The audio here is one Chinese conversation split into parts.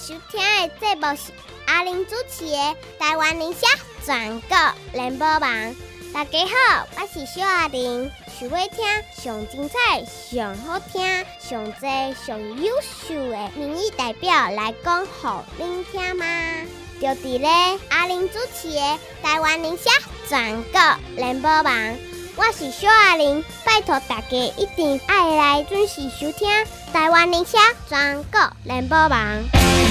收听的节目是阿玲主持的台湾宁夏全国联播网。大家好，我是小阿玲。想要听上精彩、上好听、上多、上优秀的民意代表来讲给您听吗？就伫咧阿玲主持的台湾宁夏全国联播网。我是小阿玲，拜托大家一定要来准时收听台湾宁夏全国联播网。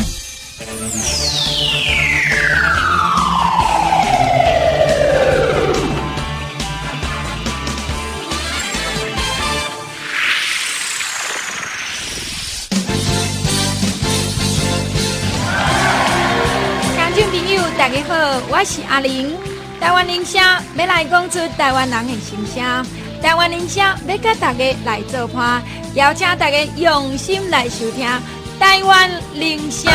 听众朋友，大家好，我是阿玲。台湾宁夏要来讲出台湾人的心声，台湾宁夏要甲大家来做伴，邀请大家用心来收听台湾宁夏。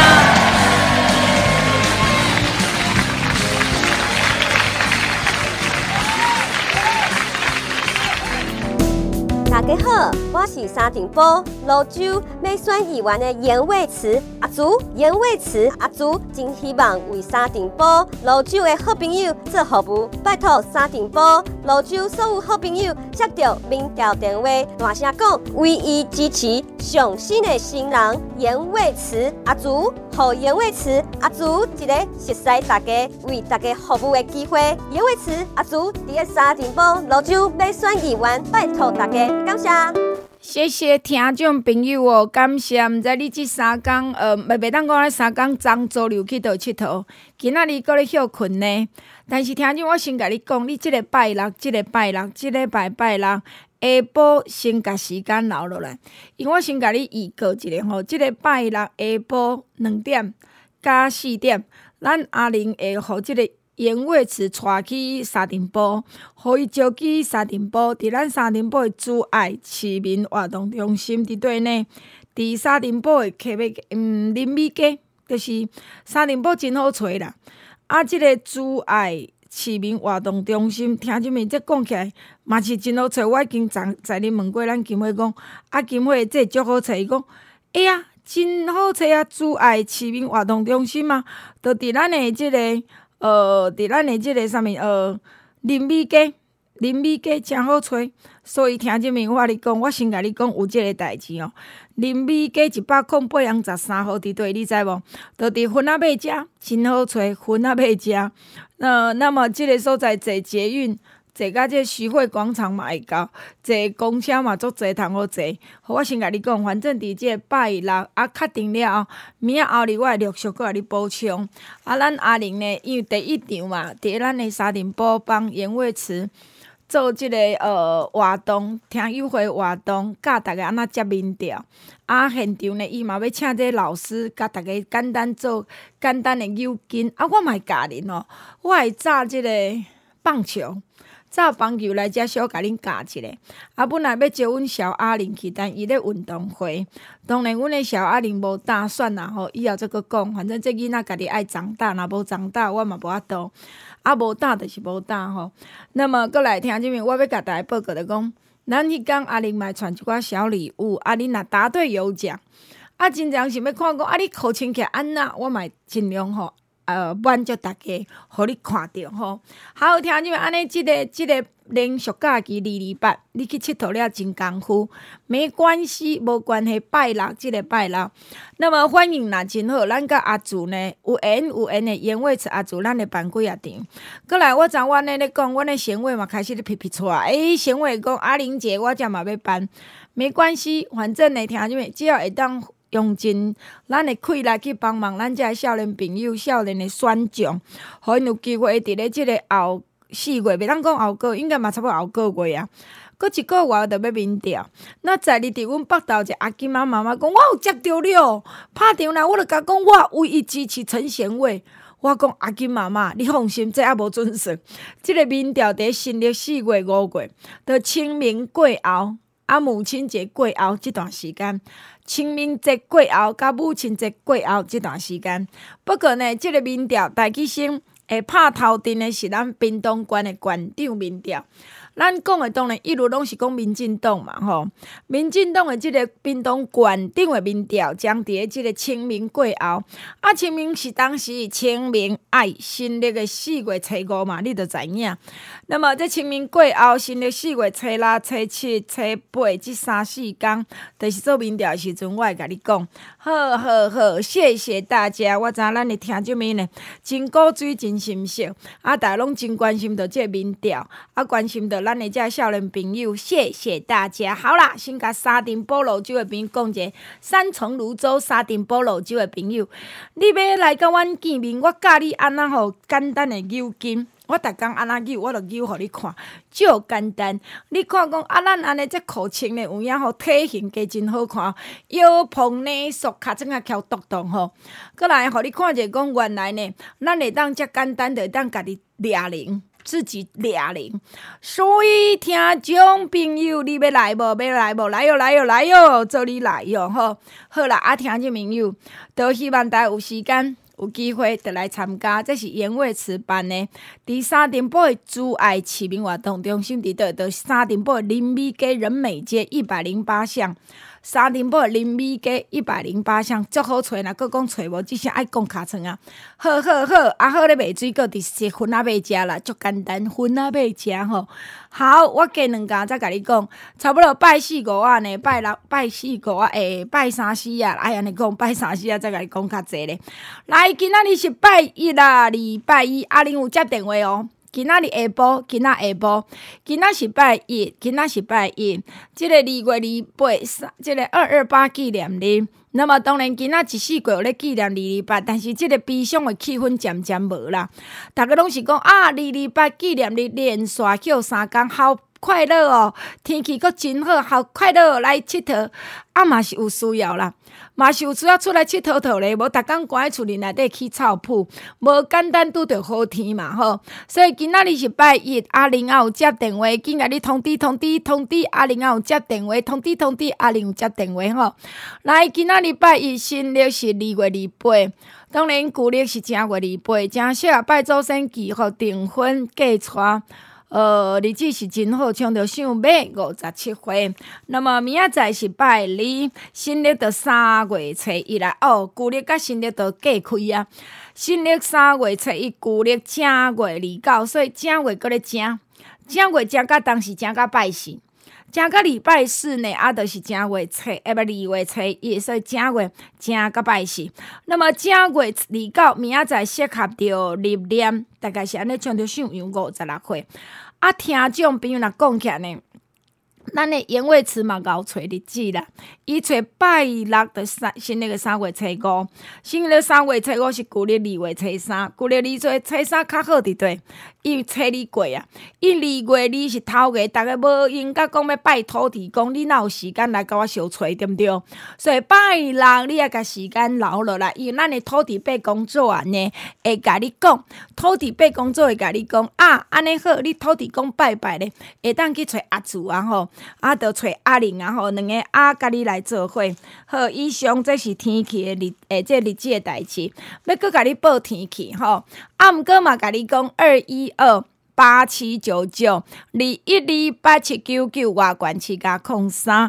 大家好，我是沙尘暴泸州要选议员的严伟慈阿祖，严伟慈阿祖真希望为沙尘暴泸州的好朋友做服务，拜托沙尘暴泸州所有好朋友接到民调电话，大声讲唯一支持上新的新人严伟慈阿祖，予严伟慈阿祖一个熟悉大家、为大家服务的机会。严伟慈阿祖伫个沙尘暴泸州要选议员，拜托大家。感谢， 谢谢听众朋友哦，感谢。毋知你这3天袂当讲咧3天昨周六去倒佚佗，今仔日搁咧休困呢。但是听众，我先甲你讲，你即个拜六，即礼拜六下晡先甲时间留落来，因为我先甲你预告一下吼，即个拜六下晡2点加4点，咱阿玲会互即个严伟慈带去沙尘暴，互伊招去沙尘暴，伫咱沙尘暴的主爱市民活动中心伫对呢，伫沙尘暴的客要林美街，就是沙尘暴真好找啦。啊，即个主爱市民活动中心，听即面这讲起来嘛是真好找。我已经在恁问过咱金花讲，啊金花这足好找，伊讲哎呀真好找啊！主爱市民活动中心嘛，就伫咱的即个。伫咱的即个啥物林美街真好找，所以听即面我你讲，我先甲你讲有即个代志哦。林美街108阳13号伫对，你知无？就伫粉仔尾遮，真好找粉仔尾遮。那么即个所在坐捷运，坐到即个徐汇广场嘛会到，坐公车嘛足侪通好坐。我先甲你讲，反正伫即个拜六啊，确定了后，明仔后日我会陆续甲你补充。啊，咱阿玲呢，因为第一场嘛，伫咱的沙尘暴帮严伟慈做即个活动，听友会活动，教大家安怎接民调。啊，现场呢，伊嘛要请这老师，甲大家简单做简单的友筋。啊，我嘛会教恁哦，我会炸即个棒球。早棒球来遮小甲恁教一下。啊，本来要招阮小阿玲去，但伊咧运动会。当然，阮的小阿玲无打算啦吼，以后再搁讲。反正这囡仔家己爱长大，若无长大，我嘛无法度。啊，无打就是无打吼。那么，搁来听即面，我要甲大家报告的讲，咱迄天阿玲嘛传一寡小礼物，啊，恁若答对有奖。啊，真正是要看讲，啊，你考清起来安那，我嘛会尽量吼。满足大家，互你看到吼。好，听你们安尼，即个连续假期228，你去佚佗了真功夫，没关系，无关系。拜六，即个拜六，那么欢迎啦，真好。咱甲阿祖呢，有缘的严伟慈阿祖，咱会办几啊场。过来，我昨晚咧讲，阮的贤伟嘛开始咧皮出来。贤伟讲阿玲姐，我遮嘛要办，没关系，反正呢，听你们只要会当。用尽咱的气力去帮忙咱遮少年朋友、少年的选将，互因有机会伫咧即个后4月，袂当讲后个，应该嘛差不多后个月啊。搁1个月就要民调。那在哩伫阮北投一阿金妈妈讲，我有接到了，拍电话我就甲讲，我唯一支持陈贤伟。我讲阿金妈妈，你放心，这还无准算。即个民调伫新历4月、5月，到清明过后。啊，母亲节过后这段时间，清明节过后，甲母亲节过后这段时间。不过呢，这个民调大起先会拍头阵的是咱屏东县的县长民调。 咱讲的当然一路拢是讲民进党嘛吼，民进党的即个屏东县长的民调将伫即个清明过后，清明是当时清明新历的4月初5嘛，你就知影。那么这清明过后，新历4月初6、初7、初8这3、4天，就是做民调的时阵，我会甲你讲，好，谢谢大家。我知影咱的听众们呢，真古锥、真心惜，大家拢真关心到这民调，关心到咱的这少年朋友，谢谢大家。好啦，先甲沙丁堡泸州的朋友讲一下，三重泸州沙丁堡泸州的朋友，你要来甲阮见面，我教你安怎吼简单的扭筋。我逐工安那扭，我就扭互你看，就简单。你看讲咱安尼这裤穿的有影吼，体型加真好看，腰胖呢，束脚怎啊翘嘟嘟吼。过来互你看者讲，原来呢，咱会当遮简单，就会当家己抓零，自己抓零。所以听众朋友，你要来无？要来无？来哟，做你来哟吼。好啦，听众朋友，都希望大家有时间。有机会就来参加，这是颜卫慈办的。伫沙丁堡的珠爱市民活动中心，伫沙丁堡的林美街仁美街108巷。沙丁堡的林美街108巷足好找，若佫讲找无，只是爱讲尻川啊。好，好咧卖水果，伫食薰仔买食啦，足简单，薰仔买食吼。好，我加2家再甲你讲，差不多拜4、5啊呢，拜6、拜4、5啊，拜3、4啊，安尼讲拜3、4啊，再甲你讲较济咧。来，今仔日是拜1啦，礼拜1，恁有接电话哦。今仔日下晡，今仔是拜1，即个2月28，即个228纪念日。那么当然，今仔14月有咧纪念228，但是即个悲伤的气氛渐渐无啦。大家拢是讲228纪念日连续休3天，好快乐哦！天气阁真好，好快乐来佚佗，嘛是有需要啦。嘛是有需要出来佚佗咧，无逐工关喺厝里内底起臭噗，无简单拄着好天嘛吼。所以今仔日是拜1，玲有接电话，紧甲你通知，玲有接电话，通知，玲有接电话吼。来，今仔日拜1，新历是2月28，当然旧历是正月28，正少拜祖先祈福订婚嫁娶。日子是真好，唱着想买57岁。那么明仔载是拜2，新历就3月初1啦。旧历甲新历就隔开啊。新历3月初1，旧历正月29，所以正月搁咧正月正甲当时正甲拜4，正甲礼拜4呢，就是正月初2月初1，所以正月正甲拜4。那么正月29，明仔载适合着入念，大概是安尼唱着想样56岁。听众朋友若讲起来呢，咱的颜卫慈嘛熬找日子啦。伊找拜6的新历3月初5，新历3月初5是旧历2月初3，旧历2月初3较好伫对。伊初2过啊，伊2月2是头月，逐个无应甲讲要拜土地公，你哪有时间来甲我相找，对毋对？所以拜6你也甲时间留落来，因为咱的土地伯工作啊呢，会甲你讲，土地伯工作会甲你讲安尼好，你土地公拜拜咧，会当去找阿祖啊吼，就找阿玲啊吼，两个甲你来做伙。好，以上这是天气的这日子的代志，要搁甲你报天气吼。毋过嘛，甲你讲212879921287999外关市加03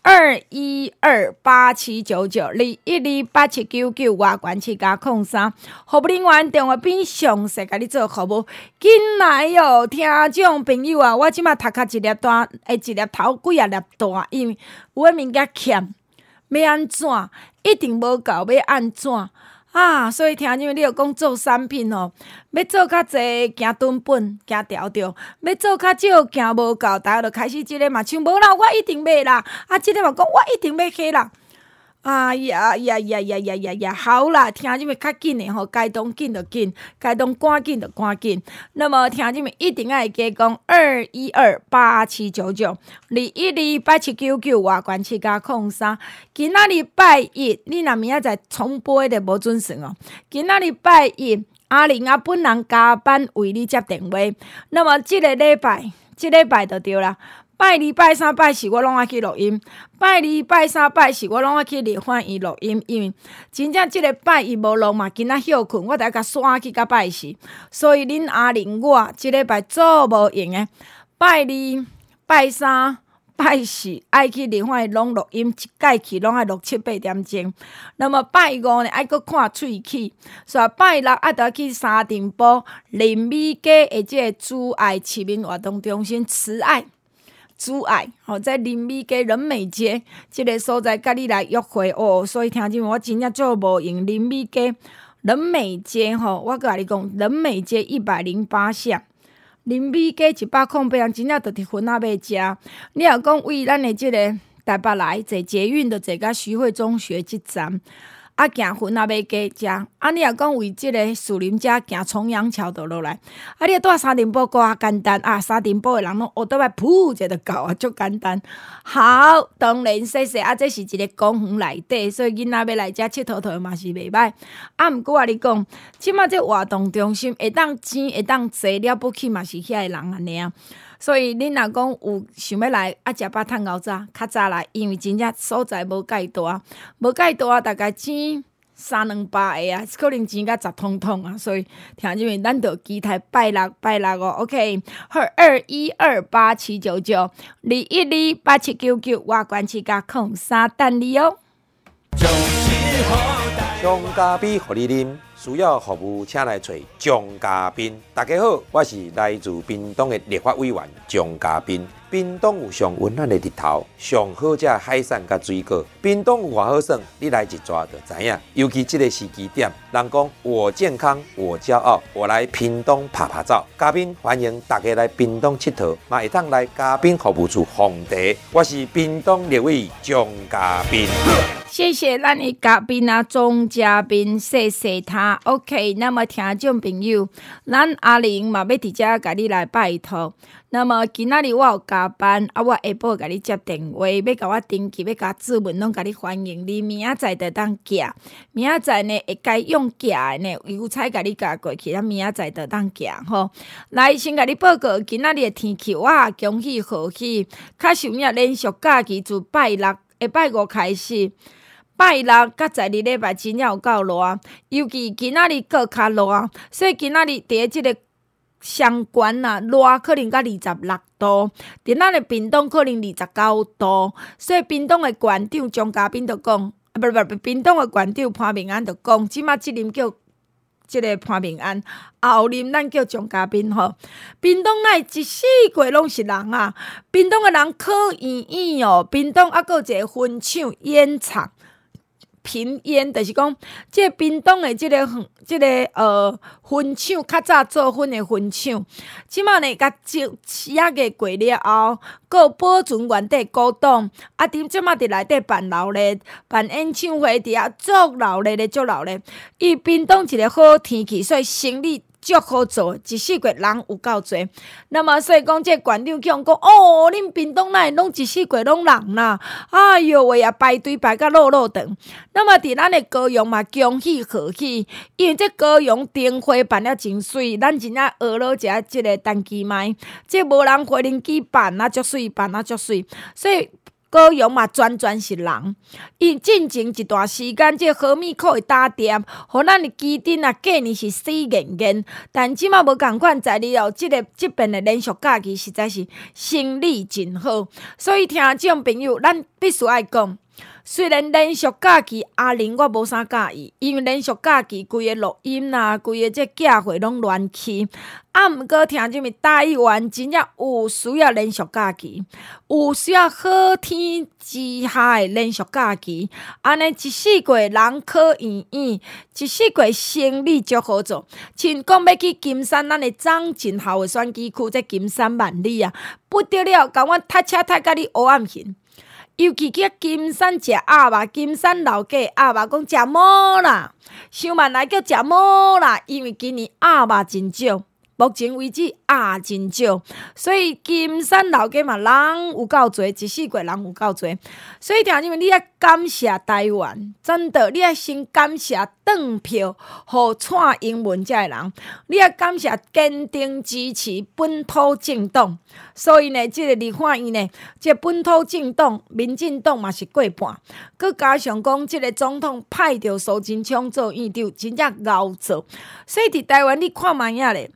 212879921287999外关市加03，服务人员电话边详细甲你做服务。紧来哟，听众朋友啊，我即马头壳一粒大，一粒头几啊粒大，因为有诶物件欠，要安怎？一定无够，要安怎？所以听你就讲做产品吼，要做较济惊吨本，惊调调；要做较少惊无够，大家就开始即个嘛，像无啦，我一定买啦，即个嘛讲我一定买起啦。好啦，听你们较紧的吼，该当紧就紧，该当赶紧就赶紧。那么听你们一定要加讲212879921287999外关市加03。今仔日拜1，你若明仔载重播就无准算哦。今仔日拜1，玲本人加班为你接电话。那么这个礼拜就对啦。拜2、拜3、拜4我拢爱去录音，拜2、拜3、拜4我拢爱去立法院录音，因为真正即个拜1无录嘛，今仔休困，我得甲刷去到拜4，所以恁玲我即礼拜做无用诶。 拜二、拜三、拜四爱去另外拢录音，一届去拢爱录7、8点钟。那么拜五呢，爱搁看喙齿，所以拜六爱得去沙尘堡林美街的这个慈爱市民活动中心慈爱。在林美街仁美街这个所在，甲你来约会哦。所以听众们，我真正做无用林美街仁美街我甲你讲，仁美街108巷。林美街108人真正就伫薰仔要食。你若讲为咱的即个台北来坐捷运，就坐到徐汇中学这站，行薰仔要加食。你若讲为即个士林遮行重阳桥就落来。你住沙尘堡较简单沙尘堡的人拢学倒来噗一下就到足简单。好，当然说这是一个公园内底，所以囡仔要来遮佚佗嘛是袂歹。毋过你讲，即马这活动中心会当钱会当坐了不起嘛是遐个人安尼啊。所以恁若讲有想要来食饱趁熬早，较早来，因为真正所在无介大，大概钱300-200个可能钱甲10通通所以听众们，咱就期待拜六哦 ，OK， 好，2128799，2128799，我关起甲03等你哦。 姜咖啡互你啉，需要服务请来找姜咖啡。大家好，我是来自屏东的立法委员姜咖啡。屏东有上温暖的日头，上好食海产甲水果。屏东有偌好耍，你来一抓就知影。尤其这个时机点，人讲我健康我骄傲，我来屏东拍拍照。嘉宾欢迎大家来屏东佚佗，嘛会当来嘉宾服务处奉茶。我是屏东立委姜嘉宾。 谢谢咱的嘉宾钟嘉宾，谢谢他。OK， 那么听众朋友，咱阿玲嘛要伫遮甲你来拜托。那么今仔日我有加班我下晡甲你接电话，要甲我登记，要甲我咨询，拢甲你欢迎你。明仔载就当寄，明仔载呢会该用寄的呢，邮差甲你寄过去，咱明仔载就当寄吼。来先甲你报告今仔日的天气，哇，恭喜贺喜！较受影连续假期自拜六下拜五开始。拜六甲12礼拜真正有够热，尤其今仔日搁较热，所以今仔日伫即个上悬热可能到26度，伫咱的屏东可能29度，所以屏东的县长钟嘉宾就讲，屏东的县长潘明安就讲，即马即啉叫即个潘明安，后啉咱叫钟嘉宾吼。屏东内一世过拢是人屏东的人可圆圆哦，屏东还有一个分厂烟厂。平烟就是讲，这屏东的这个分厂较早做粉的分厂，即马呢甲节个过了后，搁保存原地古董，即马伫内底办闹热，办演唱会伫遐足闹热的，足闹热。伊屏东一个好天气，所以生理足好做，一世过人有够多。那么所以讲，这县长讲哦，恁屏东内拢一世过拢人啦，哎哟喂啊，排队排甲落长。那么伫咱的高雄嘛，恭喜贺喜，因为这高雄灯会办了真水，咱真正学了一即个单机麦，这无人花莲机办足水，所以。高雄嘛，全是人。伊进前一段时间，这和米库会打点，互咱的基丁过年是死严严。但即马无共款，在哩即边的连续假期实在是生理真好。所以听众朋友，咱必须爱讲。虽然连续假期阿玲我无啥介意，因为连续假期规个录音规个这假会拢乱去。毋过听众们，台湾真正有需要连续假期，有需要好天之下的连续假期。安尼一世过人可圆圆，一世过生理足好做。像讲要去金山，咱的张进校的选举区，这金山万里不得了，甲我踏车踏甲你黑暗形。尤其去金山食鸭肉，金山老家鸭肉讲食冇啦，想万来叫食冇啦，因为今年鸭肉真少，目前为止鸭真少，所以金山老家嘛人有够多，一世过人有够多，所以听你们，你要感谢台湾，真的，你要先感谢转票和蔡英文这人，你要感谢坚定支持本土政党。所以呢，这个立法院呢，这本土政党、民进党嘛是过半，佮加上讲，这个总统派着苏贞昌做院长，真正熬做。所以伫台湾你看卖影咧，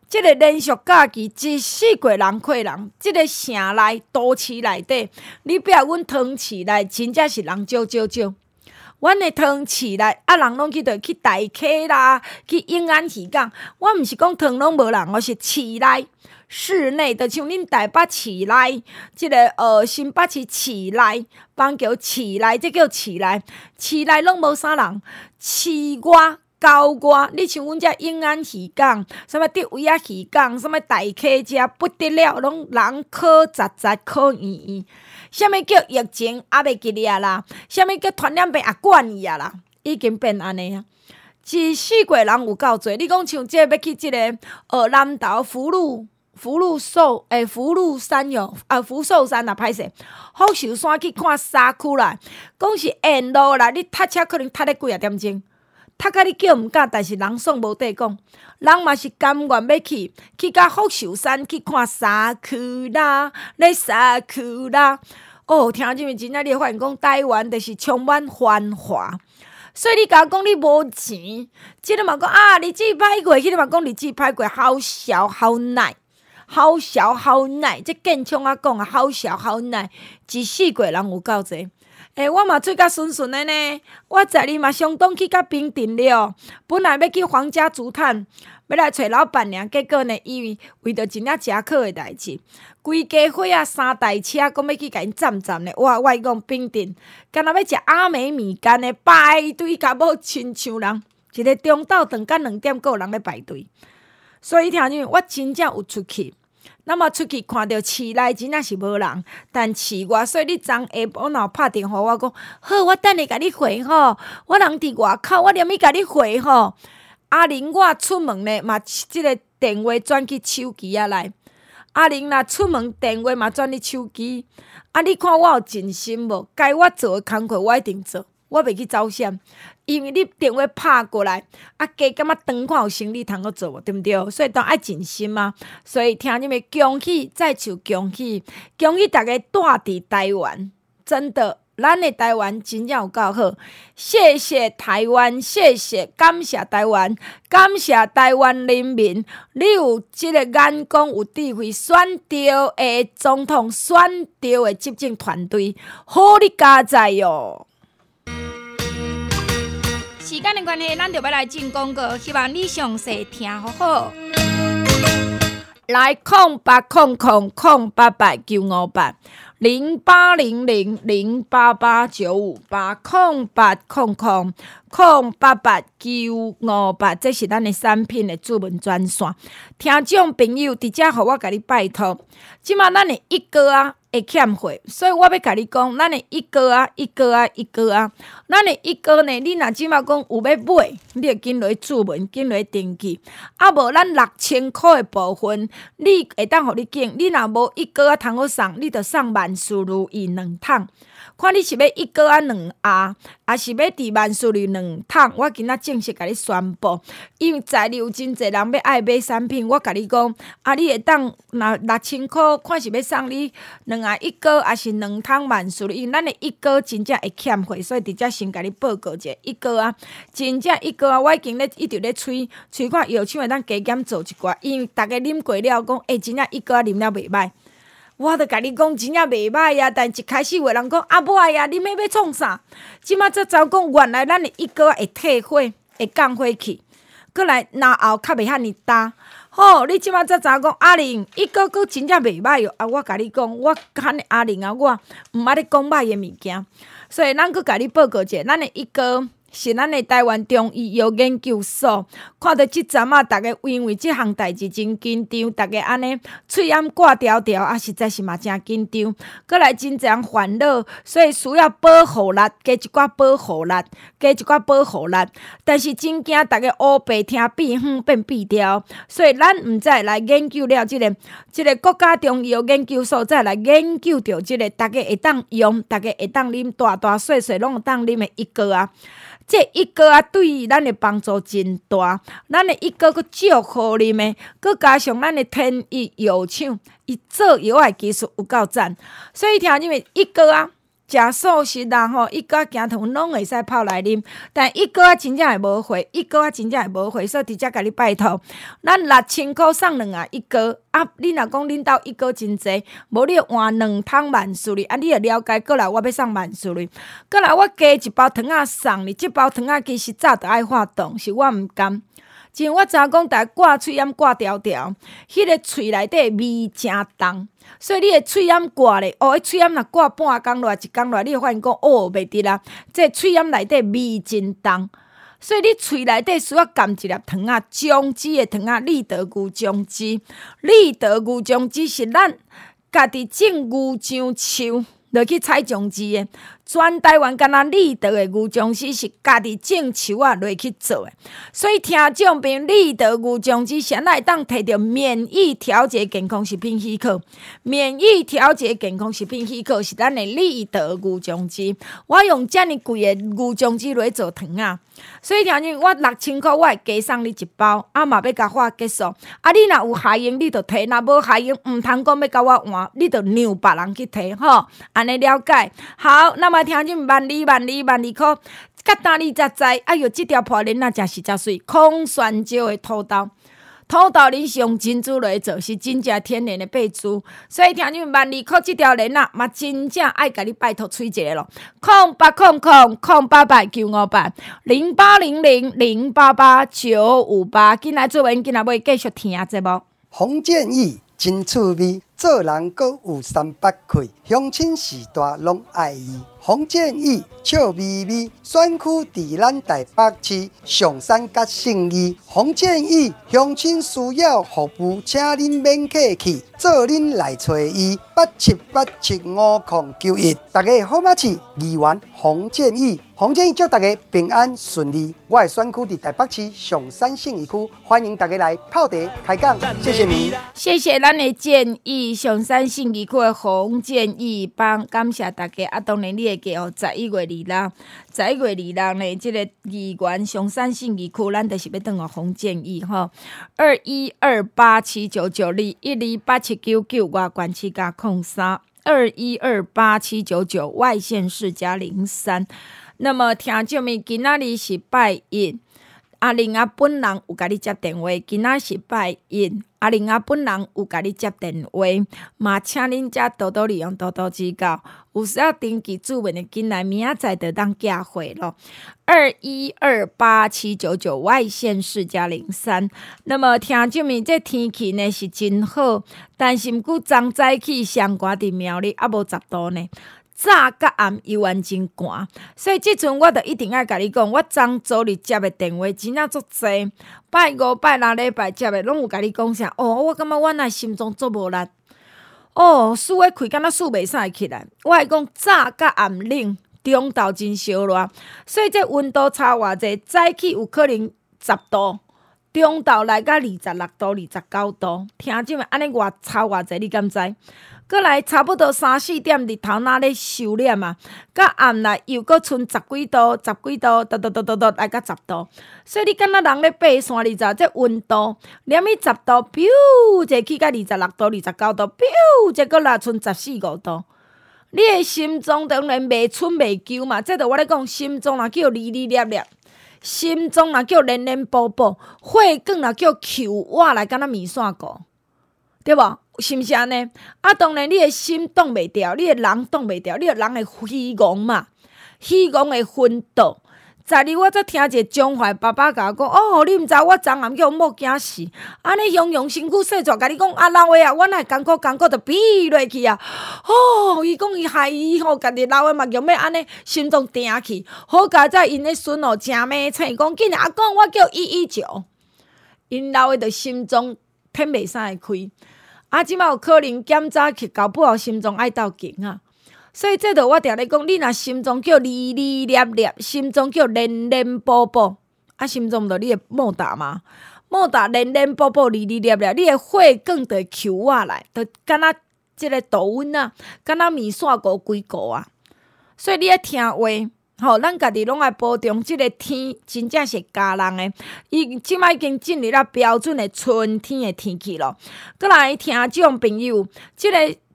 即个连续假期一四过人客人，即个城内都市内底，你比阮汤市内真正是人少。阮的汤市内人拢去大溪啦，去永安渔港。我毋是讲汤拢无人，我是市内。市内就像恁台北市内，即个新北市市内，邦桥市内，这叫市内。市内拢无啥人，市外。郊外，你像阮遮永安渔港，什么德威啊渔港，什么大溪遮不得了，拢人靠杂靠圆。啥物叫疫情也袂记哩啊啦？啥物叫传染病也管伊啊啦？已经变安尼啊！一四过人有够侪，你讲像这要去即个南投福寿山啊，歹势，福寿山去看沙区啦，讲是沿路啦，你搭车可能搭咧几啊点钟。读甲你叫毋敢，但是人爽无地讲，人嘛是甘愿要去到福寿山去看沙区啦，咧沙区啦。哦，听即面真正你会发现讲，台湾就是充满繁华。所以你甲我讲你无钱，即个嘛讲啊，日子歹过，迄个嘛讲日子歹过，好笑好奶，即建昌啊讲啊，好笑好奶，一四过人有够济。我嘛做甲顺顺的呢。我昨日嘛相当去甲平定了，本来要去皇家竹炭，要来找老板娘，结果呢，伊为着真正诚可的代志，规家伙啊3台车，讲要去甲因站呢。我讲平定，干那要食阿美米干的排队，甲要亲像人，一个中昼顿到2点，还有人咧排队。所以听见我真正有出去。那么出去看到市内真正是无人，但市外，所以你昨下晡若拍电话我讲，好，我等下甲你回吼，我人伫外口，我连去甲你回吼。阿玲我出门呢，嘛即个电话转去手机仔内。阿玲若出门电话嘛转去手机，你看我有尽心无？该我做的工课我一定做，我袂去走闪。因为你电话拍过来，加感觉当看有生理通个做无，对毋对？所以当爱尽心嘛。所以听你们恭喜，再次恭喜大家住伫台湾，真的，咱的台湾真正有够好。谢谢台湾，感谢台湾，感谢台湾人民，你有即个眼光有智慧，选对的总统，选对的执政团队，好你加在哟。时间的关系，咱就要来进广告，希望你详细听好好。来0800088958 080008000958，这是咱的产品的主文专线。听众朋友，伫遮互我甲你拜托，即马咱的一哥啊会欠货，所以我要甲你讲，咱的一哥啊，咱的一哥呢，你若即马讲有要买，你就紧落去注文，紧落去登记。无咱6000块的部分，你会当互你拣。你若无一哥啊通好送，你就送万事如意2桶。看你是要一哥啊2盒，还是要伫万事如意2桶？我今仔正式甲你宣布，因为在有真侪人要爱买产品，我甲你讲，你会当若6000块，看是要送你2盒一哥，还是2桶万事如意？咱的一哥真正会欠货，所以伫遮先甲你报告者一哥啊，真正一哥啊，我已经一直咧催看药厂会当加减做一寡，因为大家啉过了，讲真正一哥啊啉了袂歹。我著甲你讲，真正袂歹啊！但一开始有人讲歹啊，你要创啥？即马才知讲，原来咱的一哥会退火，会降火气，过来然后较袂遐尔大。好，你即马才知讲阿玲一哥真正袂歹哟！我甲你讲，我喊阿玲啊，我毋捌咧讲歹的物件，所以咱佫甲你报告者，咱的一哥。是咱的台湾中医药研究所，看到即阵啊，大家因为即项代志真紧张，大家安尼喙炎挂条条，实在是嘛真紧张，过来真侪人烦恼，所以需要保护力，加一寡保护力，但是真惊大家乌白听变远变变调，所以咱毋知来研究了即个国家中医药研究所，再来研究着即个大家会当用，大家会当啉大细拢会当啉的一个啊。这一个啊，对于咱的帮助真大。咱的一个佫少好啉的，佫加上咱的天益药厂，伊做药的技术有够赞。所以听你们一个啊， 食素食啦吼，一个姜糖拢会使泡来啉，但一个真正会无回，一个真正会无回，所以直接甲你拜托，咱6000块送2啊一个啊！你若讲恁兜一个真济，无你换2桶万事哩，啊，你会了解过来，我要送万事哩，过来我加一包糖仔送你，即包糖仔其实早就爱化冻，是我毋甘。像我昨讲，大家挂喙烟挂条条，迄个喙内底味真重，所以你的喙烟挂咧，迄喙烟若挂半工落1工落，你会发现讲袂得啦，这喙烟内底味真重，所以你喙内底需要含一粒糖仔，姜汁的糖仔，立德牛姜汁，立德牛姜汁是咱家己种牛樟树落去采姜汁的。全台湾敢若立德的牛樟汁是家己种树啊落去做的，所以听众朋友，立德牛樟汁先来当摕到免疫调节健康食品许可，免疫调节健康食品许可是咱的立德牛樟汁。我用遮尔贵的牛樟汁来做糖啊，所以听众朋友，我6000块我会加送你一包，啊嘛要甲我结束。啊，你若有下用，你就摕；若无下用，毋通讲要甲我换，你就让别人去摕吼。安尼了解。好，那么听众万里块，甲当你才知，哎哟，这条破莲啊，真是真水，空酸椒的土豆。土豆恁是用珍珠来做，是真正天然的贝珠，所以听众万里块这条莲啊，嘛真正爱甲你拜托催一个咯，0800-098980800-0800-088-958，进来做文，进来要继续听节目。 洪建义真趣味，做人阁有300气，乡亲时代拢爱伊。洪建义笑眯眯，选区伫咱台北市上山甲信义。洪建义乡亲需要服务，请恁免客气，做恁来找伊87875091。大家好嘛是议员洪建义，洪建义祝大家平安顺利。我的选区伫台北市上山信义区，欢迎大家来泡茶开讲，谢谢你。 谢谢咱的建议，上山信义区的洪建义帮，感谢大家。啊，当然你会记哦，11月2日呢，这个议员上山信义区，咱就是要等候洪建义吼，21287992128799外关市加03，21287992外县市加03。那么听众们，今仔日是拜一。阿玲啊本人有甲你接电话，今仔是拜一，阿玲啊本人有甲你接电话，嘛请恁遮多多利用，多多指教。有需要登记注文的进来，明仔载就当寄回咯。21287992外县市加03。那么听众们，这天气呢是真好，但是毋过昨早起上寒伫苗栗，啊无10度呢。早甲暗又完真寒，所以即阵我就一定要甲你讲，我昨日接的电话真正足济，拜5、拜6礼拜接的，拢有甲你讲啥？我感觉我若心中足无力，输诶开敢若输袂使起来。我会讲早甲暗冷，中昼真烧热，所以这温度差偌济，早起有可能10度，中昼来到26度、29度，听众们安尼偌差偌济，你敢知？过来差不多3、4点，日头哪咧收敛啊？甲暗来又搁剩10几度，来到10度，所以你敢若人咧爬山，你知道这温度，连伊10度，咻，一去到26度、29度，咻，一个来剩14、15度。你的心脏当然袂蠢袂求嘛，这着我咧讲，心脏若叫哩哩咧咧，心脏若叫连连补补，血管若叫球活来，敢若面线糊，对无？是毋是安尼？啊，当然你的心动袂掉，你的人动袂掉，你的人会虚戆嘛，虚戆会昏倒。昨日我则听一个中怀爸爸甲我讲，你毋知我昨暗叫某惊死，安尼形容身躯细逝，甲你讲啊，老的啊，我若艰苦就飞落去啊！伊讲伊害伊家己老的嘛，用要安尼心脏定去，好佳在因的孙真骂醒，讲紧阿公，我叫119，因老的着心脏挺袂啥会开。即摆有可能检查去搞不好心脏爱斗紧啊，所以这着我定咧讲，你若心脏叫哩哩咧咧，心脏叫连连补补，心脏着你的莫打嘛，莫打连连补补哩哩咧咧，你的血管着会抽下来，着敢若即个倒温啊，敢若面线糊规个啊，所以你爱听话。咱家己拢爱保重，即个天真正是教人的。伊即摆已经进入了标准的春天的天气咯。过来听众朋友，即个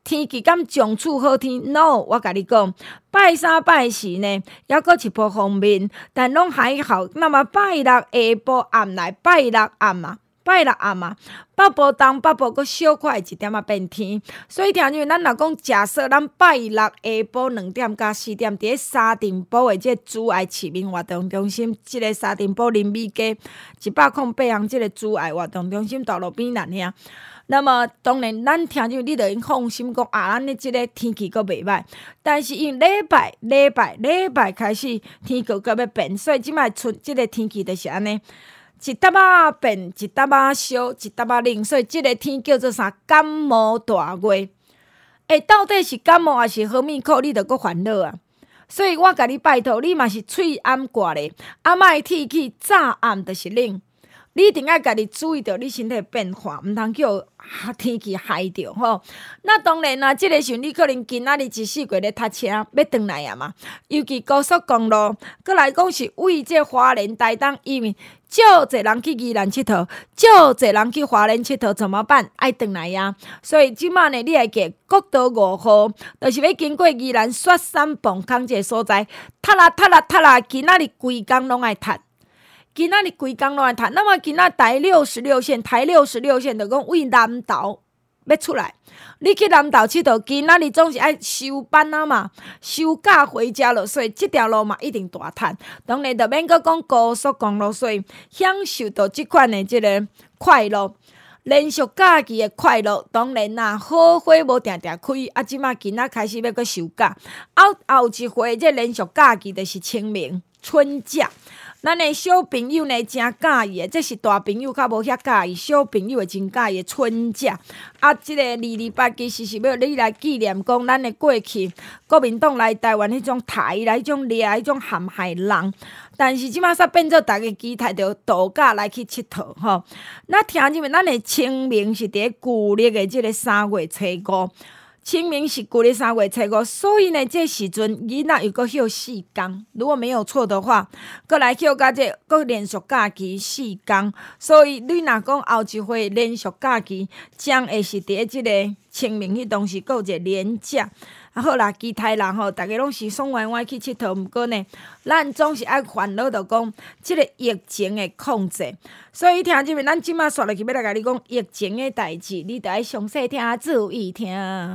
天气敢将处好天 ？No， 我甲你讲，拜三拜四呢，还阁一波方面，但拢还好。那么拜六下晡暗来，拜六暗啊。拜六暗啊，北部东北部阁小可一点仔变天，所以听见咱若讲假设咱拜六下晡2点到4点，伫沙尘暴的即个阻碍市民活动中心，即个沙尘暴林美街108项即个阻碍活动中心道路边咱遐。那么当然，咱听见你着应放心讲啊，咱的即个天气阁袂歹，但是因礼拜开始天气阁要变，所以即摆出即个天气就是安尼。一搭仔变，一搭仔烧，一搭仔冷，所以即个天叫做啥？感冒大月。到底是感冒还是何物苦？你着阁烦恼啊！所以我甲你拜托，你嘛是喙暗挂咧，暗仔的天气早暗就是冷。你一定要家己注意到你身体变化，毋通叫天气害着吼。那当然啦，即个时阵你可能今仔日一四过咧搭车要转来啊嘛。尤其高速公路，搁来讲是为这花莲台东，因为少侪人去宜兰佚佗，少侪人去花莲佚佗，怎么办？爱转来啊。所以即摆呢，你会记国道5号，就是要经过宜兰雪山磅空这个所在，踏啦，今仔日规工拢爱踏。今仔日规工拢爱谈，那么今仔台66线就讲为南投要出来，你去南投佚佗，今仔日总是爱收班啊嘛，收假回家了，所以这条路嘛一定大摊。当然就免阁讲高速公路，所以享受到即款的即个快乐。连续假期的快乐，当然啦，好花无定定开，即马今仔开始要阁收假，后一回这连续假期就是清明春假。咱的小朋友呢，真介意的，这是大朋友较无遐介意，小朋友会真介意春假。即个228其实是要你来纪念讲咱的过去，国民党来台湾迄种杀伊来迄种掠迄种陷害人。但是即马煞变做大家期待着度假来去佚佗吼。那听入面，咱的清明是伫旧历的即个3月初5。清明是旧历3月初5，所以呢，这时阵囡仔又阁休4天，如果没有错的话，阁来休到这阁连续假期4天，所以你若讲后一回连续假期将会是伫即个清明迄当时阁有一个连假。好啦，其他人吼，大家拢是爽歪歪去佚佗，毋过呢，咱总是爱烦恼着讲即个疫情的控制。所以听即边，咱即马刷落去要来甲你讲疫情的代志，你着爱详细听，注意听。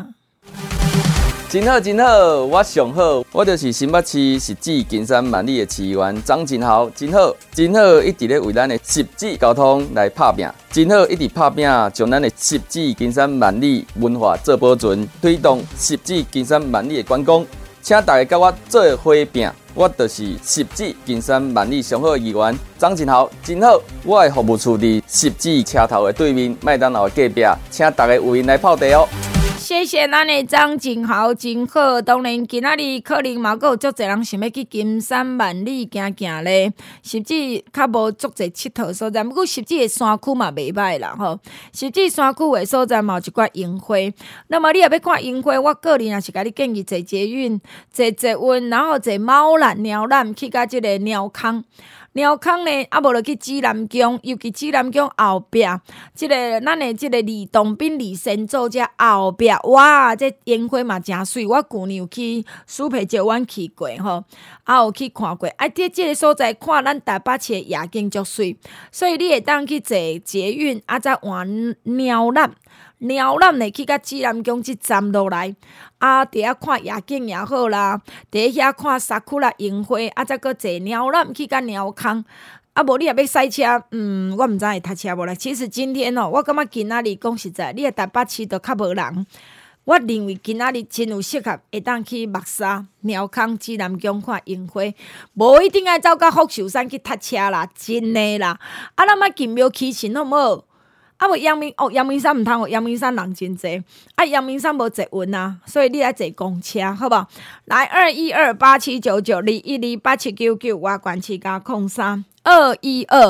真好，我上好，我就是新北市汐止金山万里的市议员张真豪，真好，一直咧为咱的汐止交通来拍拼，真好，一直拍拼，将咱的汐止金山万里文化做保存，推动汐止金山万里的观光，请大家甲我做伙拼，我就是汐止金山万里上好的议员张真豪，真好，我的服务处伫汐止车头的对面，麦当劳的隔壁，请大家有闲来泡茶哦。 谢谢咱的张真豪，真好。当然，今仔日可能嘛，阁有足侪人想要去金山万里行行咧，甚至较无足侪佚佗所在。不过，甚至的山区嘛袂歹啦吼。甚至山区的所在嘛有一寡樱花。那么，你若要看樱花，我个人也是甲你建议坐捷运、坐捷运，然后坐猫缆、鸟缆去到即个鸟空。鸟空呢，无就去指南宫，尤其指南宫后壁，即个咱的即个李洞宾李先祖遮后壁，哇，这烟花嘛真水。我旧年有去苏培石湾去过吼，有去看过。伫即个所在看咱台北市的夜景足水，所以你会当去坐捷运，再换鸟缆。鸟缆呢去到指南宫即站落来，伫遐看夜景也好啦，伫遐看沙库啦樱花，再搁坐鸟缆去到鸟空。无你也要赛车，我毋知会读车无啦。其实今天我感觉今仔日讲实在，你台北市都较无人。我认为今仔日真有适合会当去木沙、鸟空、指南宫看樱花，无一定爱走到福寿山去读车啦，真的啦。咱莫金庙起身好毋好？无阳明山毋通，阳明山人真济，阳明山无捷运啊，所以你来坐公车，好无？来212879921287999，外关市加03。212879921287999，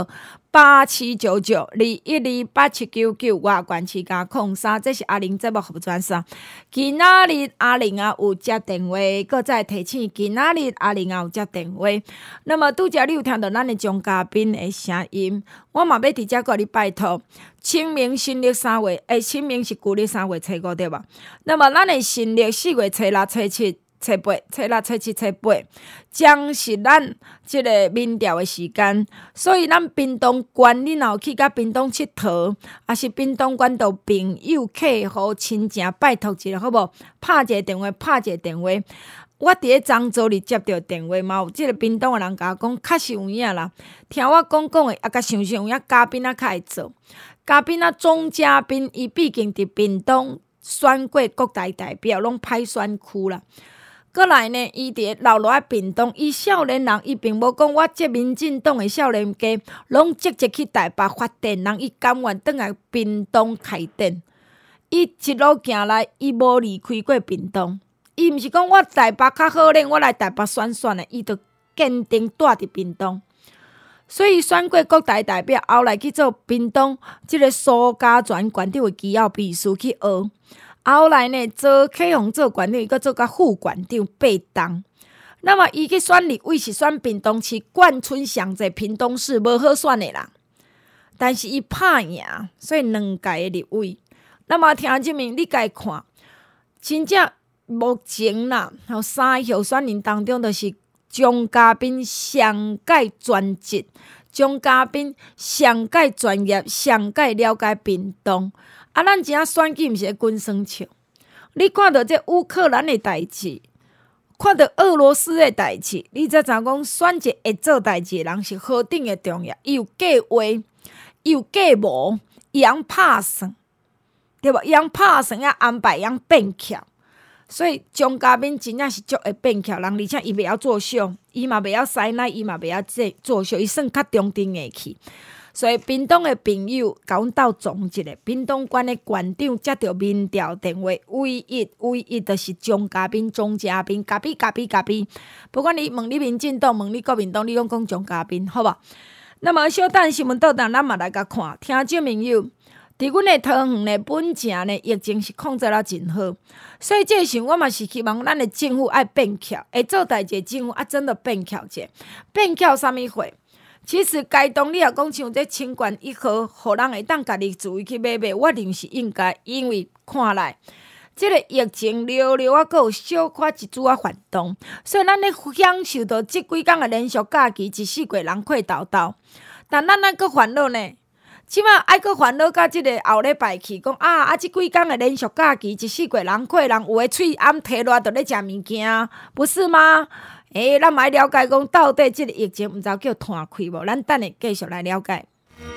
879921287799外管市加03，这是阿玲节目服务专线。今仔日阿玲啊有接电话，搁再提醒今仔日阿玲啊有接电话。那么拄则你有听到咱的钟嘉宾的声音，我嘛要直接甲你拜托。清明新历3月，清明是旧历3月初5对吧？那么咱的新历4月初6、初7、初8、初6、初7、初8，将是咱即个民调的时间。所以咱屏东县，你若有去甲屏东佚佗，也是屏东县的朋友、客户、亲情，拜托一下好无？拍一个电话，我伫咧漳州里接到电话嘛，有即个屏东的人甲我讲，确实有影啦。听我讲的，也甲想有影嘉宾较会做。嘉宾总嘉宾，伊毕竟伫屏东选过国大代表，拢歹选区啦。过来呢，伊伫留落来屏东，伊少年人，伊并无讲我这民进党的少年家，拢积极去台北发展，人伊甘愿转来屏东开店。伊一路行来，伊无离开过屏东。伊毋是讲我台北较好咧，我来台北选的，伊就坚定住伫屏东。所以选过国大代表，后来去做屏东即个苏家全县长的机要秘书去学。后来呢，做启宏做县长，伊阁做甲副县长8当。那么伊去选立委是选屏东市冠村上济屏东市无好选的人，但是伊拍赢，所以2届的立委。那么听即面你家看，真正目前啦，3个候选人当中，就是钟嘉宾上界专职，钟嘉宾上界专业，上界了解屏东。啊，咱真选举毋是咧滚酸笑。你看到这乌克兰的代志，看到俄罗斯的代志，你才知影讲选一个会做代志的人是何等的重要。伊有计划，伊有计谋，伊通拍算，对无？伊通拍算啊，安排，伊通变巧。所以钟嘉宾真正是足会变巧人，而且伊袂晓作秀，伊嘛袂晓塞奶，伊嘛袂晓作秀，伊算较中等的去。所以屏东的朋友甲阮斗总一个，屏东县的县长接到民调电话，唯一就是钟嘉宾，嘉宾，不管你问你民进党，问你国民党，你讲钟嘉宾，好无？那么小等新闻倒档，咱嘛来甲看，听众朋友，伫阮的桃园的本城呢，疫情是控制了真好，所以这时我嘛是希望咱的政府爱变巧，会做代志政府真的变巧者，变巧啥物货？其实该当你也讲像这清管1号，互人会当家己自位去买，我认为是应该，因为看来这个疫情了啊，阁有小可一组反动，所以咱咧享受到这几天的连续假期，14月人气豆豆，但咱还阁烦恼呢。起码爱阁烦恼到即个后礼拜去，讲这几天的连续假期，14月人气人有诶喙暗摕落就咧食物件，不是吗？咱嘛要了解讲，到底即个疫情毋知叫摊开无？咱等下继续来了解。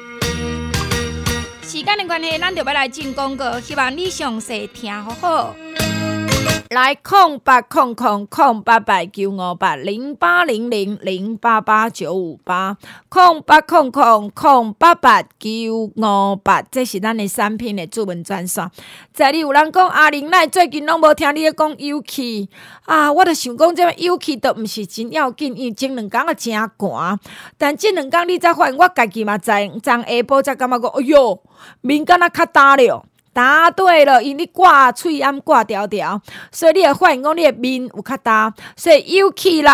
时间的关系，咱就要来进广告，希望你详细听好好。来0800-088-958，0800-088-958，这是咱的产品的主文专线。在你有人讲阿玲奈最近拢无听你咧讲有气我就想讲这有气都毋是真要紧，因为前2天真寒，但这2天你才发现，我家己嘛知，昨下晡才感觉讲，哎哟，面敢若较干了。答对了，因为你挂喙暗挂条条，所以你会发现讲你的面有较干，所以有气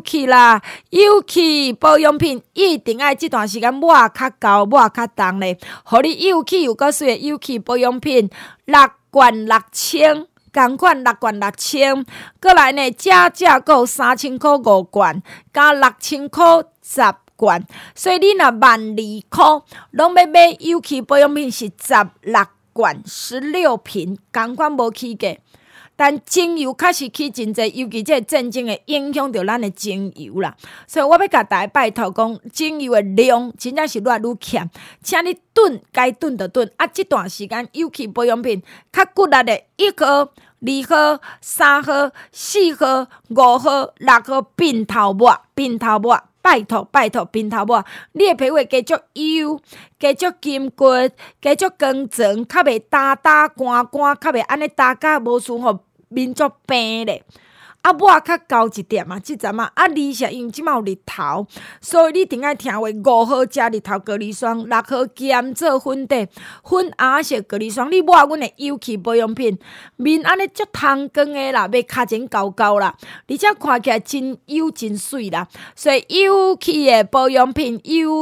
保养品一定爱这段时间抹较厚抹较重咧，互你有气有够水的有气保养品6罐6000，同款6罐6000，过来呢价够3000块5罐，加6000块10罐，所以你若1200块，拢要买有气保养品是16罐16瓶，同款无起价，但精油确实起真济，尤其这战争会影响到咱的精油啦。所以我要甲大家拜托讲，精油的量真正是越来越欠，请你炖该炖就炖。这段时间有气保养品较骨力的1号、2号、3号、4号、5号、6号并头抹。拜托，平头抹，你的皮肤加足油，加足筋骨，加足光泽，较袂干，较袂安尼打甲无舒服，面足平咧。 我较高一点嘛，即阵啊，二是因为即马有日头，所以你一定爱听话。5号食日头隔离霜，6号兼做粉底，粉红色隔离霜。你抹阮的油气保养品，面安尼足通光的啦，袂卡前高高啦，而且看起来真油真水啦。所以油气的保养品，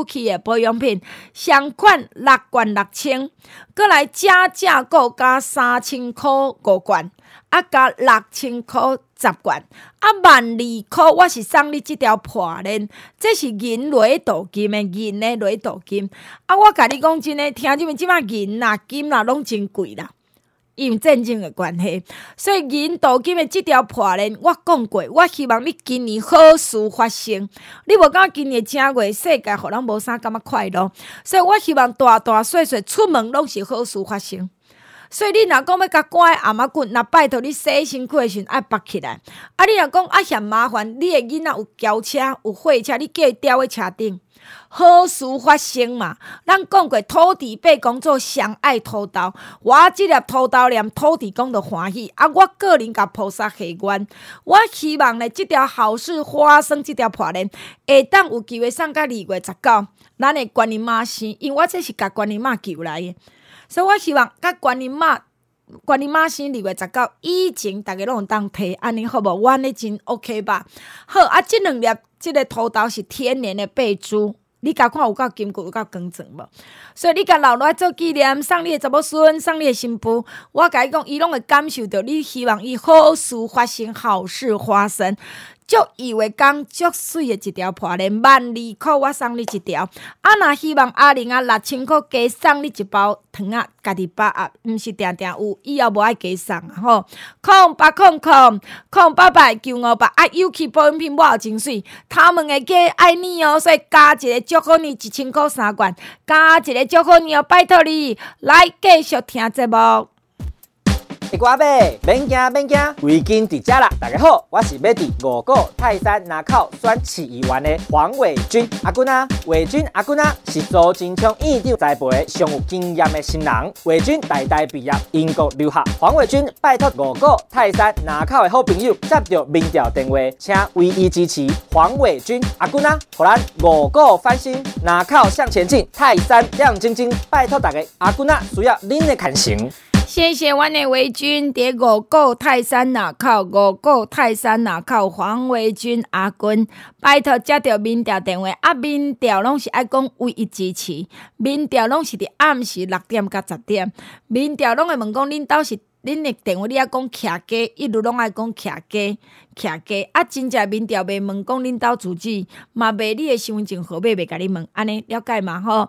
上款6罐6000，过来加价购加3000块5罐。加6000块10罐，12000块我是送你这条破链，这是银雷镀金的银的雷镀金。我甲你讲真诶，听即面即摆银啦、金啦拢真贵啦，因为战争的关系，所以银镀金的这条破链，我讲过，我希望你今年好事发生。你无讲今年正月世界互人无啥感觉快乐，所以我希望大大小小出门拢是好事发生。所以你若讲要甲赶的阿妈棍，那拜托你洗身躯的时阵爱绑起来。你若讲嫌麻烦，你的囡仔有轿车、有货车，你叫伊吊在车顶，好事发生嘛。咱讲过土地伯公做上爱土豆，我即粒土豆念土地公就欢喜。我个人甲菩萨许愿，我希望呢，这条好事发生，这条破链会当有机会送到2月19，咱的观音妈生，因为我这是甲观音妈求来的。所以我希望甲观音妈生2月19以前，大家拢有当摕，安尼好无？我安尼真 OK 吧？好这2粒这个土豆是天然的贝珠，你甲看有够金骨有够光泽无？所以你甲留落来做纪念，送你的查某孙，送你的新妇，我甲伊讲，伊拢会感受到你希望伊好事发生，好事发生。足以为讲足水的一条破链，12000块我送你一条。若希望阿玲6000块加送你一包糖仔，家己把毋是定定有，以后无爱加送吼。0800-058-958油气保养品我真水，他们会加爱你哦，所以加一个祝福你1000块3罐，加一个祝福你哦，拜托你来继续听节目。 瓜贝，免惊，围巾伫遮啦！大家好，我是要伫5股泰山南口选市议员的黄伟军阿君啊。伟军阿君啊，是朱金昌院长栽培的上有经验的新人。伟军代代毕业，英国留学。黄伟军拜托5股泰山南口的好朋友接到民调电话，请唯一支持黄伟军阿君啊，互咱5股翻新，南口向前进，泰山亮晶晶。拜托大家，阿君啊，需要恁的牵成。 谢谢阮的维军，伫5股泰山那口黄维军阿君，拜托接到民调电话，民调拢是爱讲唯一支持，民调拢是伫暗时6点到10点，民调拢会问讲恁兜是恁的电话，你爱讲徛家，一路拢爱讲徛家。真正民调袂问讲恁兜住址，嘛袂你的身份证号码袂甲你问，安尼了解嘛吼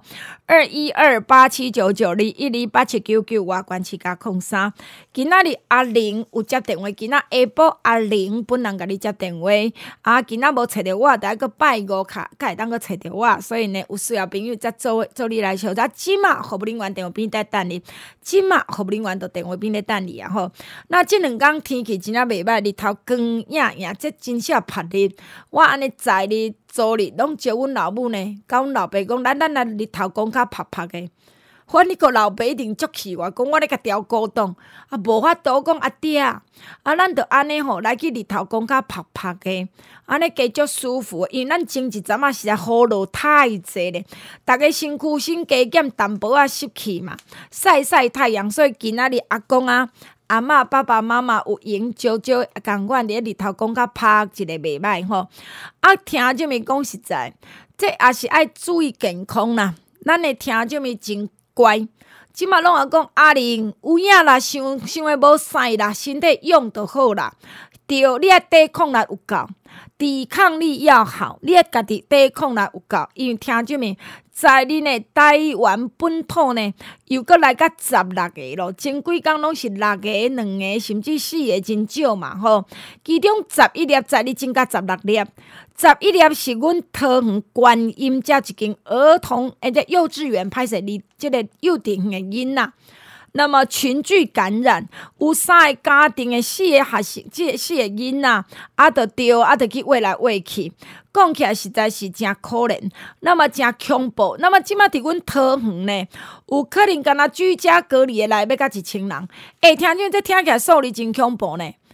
？212879921287999外关7加03。今仔日阿玲有接电话，今仔下晡阿玲本人甲你接电话，今仔无找着我，得个拜5卡，才会当个找着我，所以呢，有需要朋友才做你来相查。即马服务人员电话边在等你，即马服务人员就电话边在等你啊吼。那这2天天气真正袂歹，日头光。这真少晒日，我安尼在日、昨日拢招阮老母呢，甲阮老爸讲，咱来日头讲较晒的。反正个老爸一定足气我，讲我咧甲调古董，无法度讲爹，咱着安尼吼来去日头讲较晒的，安尼加足舒服，因为咱前一阵实在雨落太济咧，逐个身躯先加减淡薄湿气嘛，晒太阳，所以今仔日阿公阿嬷、爸爸妈妈有闲少少共阮伫日头讲较晒一个袂歹吼。听这么讲实在，这也是爱注意健康啦。咱的听这么真乖，即马拢讲阿玲有影啦，想的无屎啦，身体用就好啦。对，你的抵抗力有够，抵抗力要好，你家己抵抗力有够，因为听这么。在恁的台湾本土呢，又搁来甲16个咯，前几工拢是6个、2个，甚至4个真少嘛吼。其中11粒在你增加16粒，11粒是阮桃园观音遮一间儿童幼稚园歹势哩，即个幼稚园的囡仔。那么群聚感染，有3个家庭的4个学生，这4个囡仔，就去喂来喂去，讲起来实在是真可怜，那么真恐怖。那么即马伫阮桃园呢，有可能敢若居家隔离的来要甲1000人，听见这听起来数字真恐怖呢。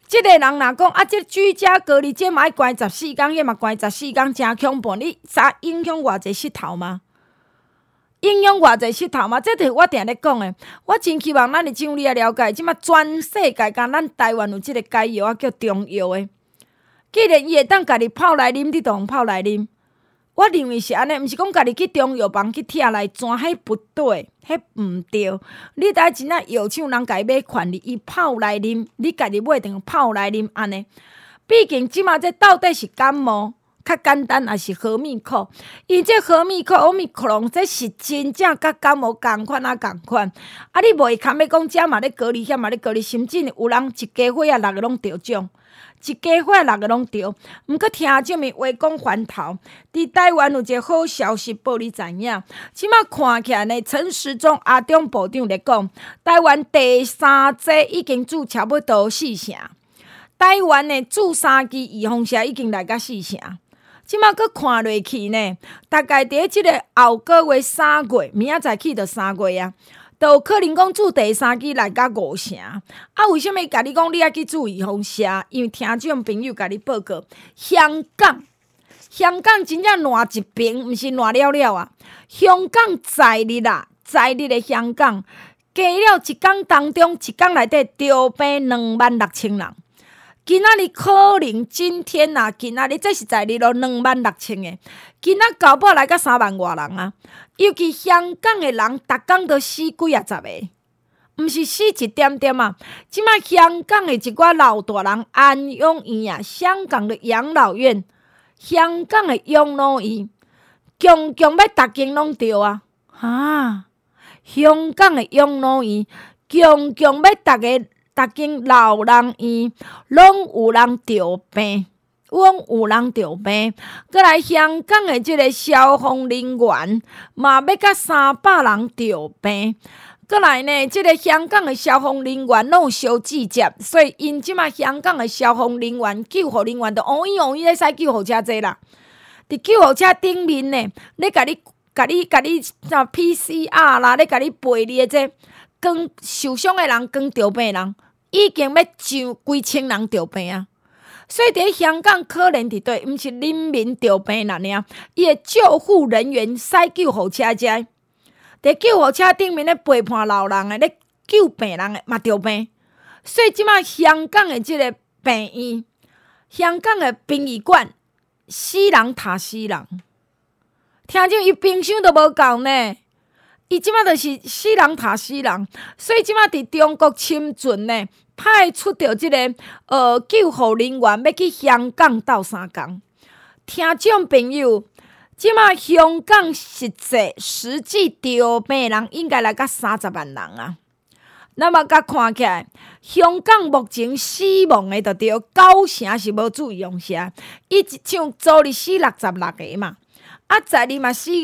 即个人若讲啊，即居家隔离，即嘛爱关14天，迄嘛关14天，真恐怖。你知影响偌济膝头吗？影响偌济膝头吗？这就是我定咧讲的。我真希望咱的政府你了解，即马全世界甲咱台湾有即个解药啊，叫中药的。既然伊会当家己泡来啉，你就用泡来啉。我认为是安尼，毋是讲家己去中药房去拆来转，迄不对，迄毋对。你得真正药厂人家己买款哩，伊泡来啉，你家己买定泡来啉安尼。毕竟即马这到底是感冒较简单，还是河密克？因这河密克、欧密克戎，这是真正甲感冒共款啊，共款。啊，你袂堪要讲，遮嘛咧隔离，遐嘛咧隔离，甚至有人一家伙啊6个拢着种。一家伙6个拢着，毋过听这物话讲翻头。伫台湾有一个好消息报你知影，即马看起来呢，陈时中阿中部长咧讲，台湾第3剂已经注差不多4成，台湾的注3剂预防针已经来到4成。即马佫看落去呢，大概伫即个后个月3月，明仔载起就3月啊。就有可能讲注第3剂来到5成，啊，为什么甲你讲你爱去注预防针？因为听众朋友甲你报告，香港真正烂一爿，毋是烂了了啊！香港在日的香港，加了一天当中，一天内底着病26000人。今仔日可能今天啊，今仔日这是在日咯26000个，今仔搞不好来到3万外人啊！尤其香港的人，逐工都死几啊十个，毋是死一点点啊！即摆香港的一寡老大人，安养院啊，香港的养老院，香港的养老院，强要逐间拢着啊！香港的养老院，强要逐间老人院，拢有人着病。有人着病，过来香港的即个消防人员嘛要甲300人着病，过来呢，即个香港的消防人员拢有烧季节，所以因即马香港的消防人员、救护人员都往伊咧使救护车坐啦，伫救护车顶面呢，咧甲你PCR 啦，咧甲你陪你的这刚受伤的人、刚着病的人，已经要上几千人着病啊！所以伫香港可怜伫对，毋是人民着病人尔，伊的救护人员驶救护车遮，伫救护车顶面咧陪伴老人的，咧救病人的嘛着病。所以即马香港的即个病院，香港的殡仪馆，死人塔死人，听种伊冰箱都无够呢。伊即马就是死人塔死人，所以即马伫中国深圳呢。派出着即个救护人员要去香港斗3天，听众朋友，即马香港实际着病人应该来到30万人啊。那么甲看起来，香港目前死亡的就着9成是无注意用针，伊一场昨日死66个嘛，啊昨日嘛死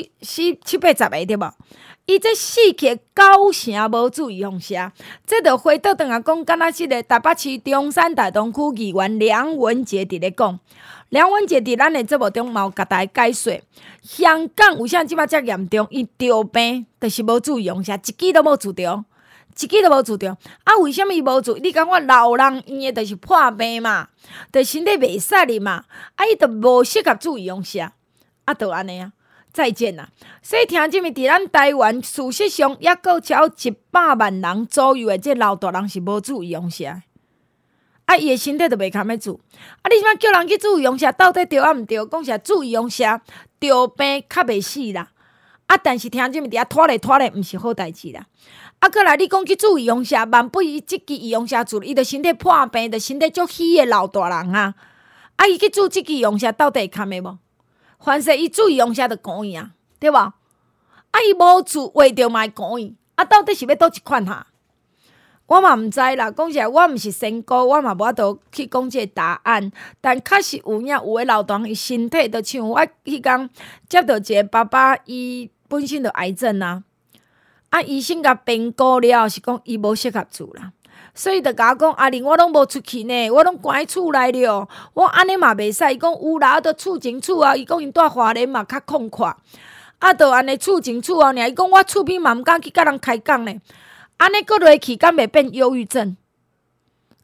780个对无？伊这死去9成无注意用针，这就回倒转来讲，敢若即个台北市中山大东区议员梁文杰伫咧讲，梁文杰伫咱的节目中嘛有甲大家解说，香港为啥即马遮严重？伊着病就是无注意用针，一支都无注着，啊，为什么伊无注？你感觉老人院的就是破病嘛，就身体袂使哩嘛，啊，伊就无适合注意用针，啊，就安尼啊。再见啦！所以听即物伫咱台湾，事实上也够超100万人左右的这老大人是无注意用针，啊，伊的身体就袂堪要注。啊，你即摆叫人去注意用针，到底对啊毋对？讲实注意用针，着病较袂死啦。啊，但是听即物伫遐拖咧，毋是好代志啦。啊，过来你讲去注意用针，万不伊即支预防针注，伊就身体破病，就身体足虚的老大人啊。啊，伊去注即支用针，到底会堪的无？凡是伊注意用针就讲伊啊，对无？啊，伊无注话着嘛会讲伊，啊，到底是要倒一款哈？我嘛毋知啦，讲实在，我毋是仙姑，我嘛无法度去讲这个答案。但确实有的老大人伊身体就像我迄天接到一个爸爸，伊本身就癌症啊，啊，医生甲评估了是讲伊无适合住啦。所以就甲我讲，阿玲，我拢无出去呢，我拢关喺厝内了。我安尼嘛袂使，伊讲有啦，都厝前厝后。伊讲因住花莲嘛较空旷，啊，就安尼厝前厝后尔。伊讲我厝边嘛毋敢去甲人开讲呢。安尼过落去，敢袂变忧郁症？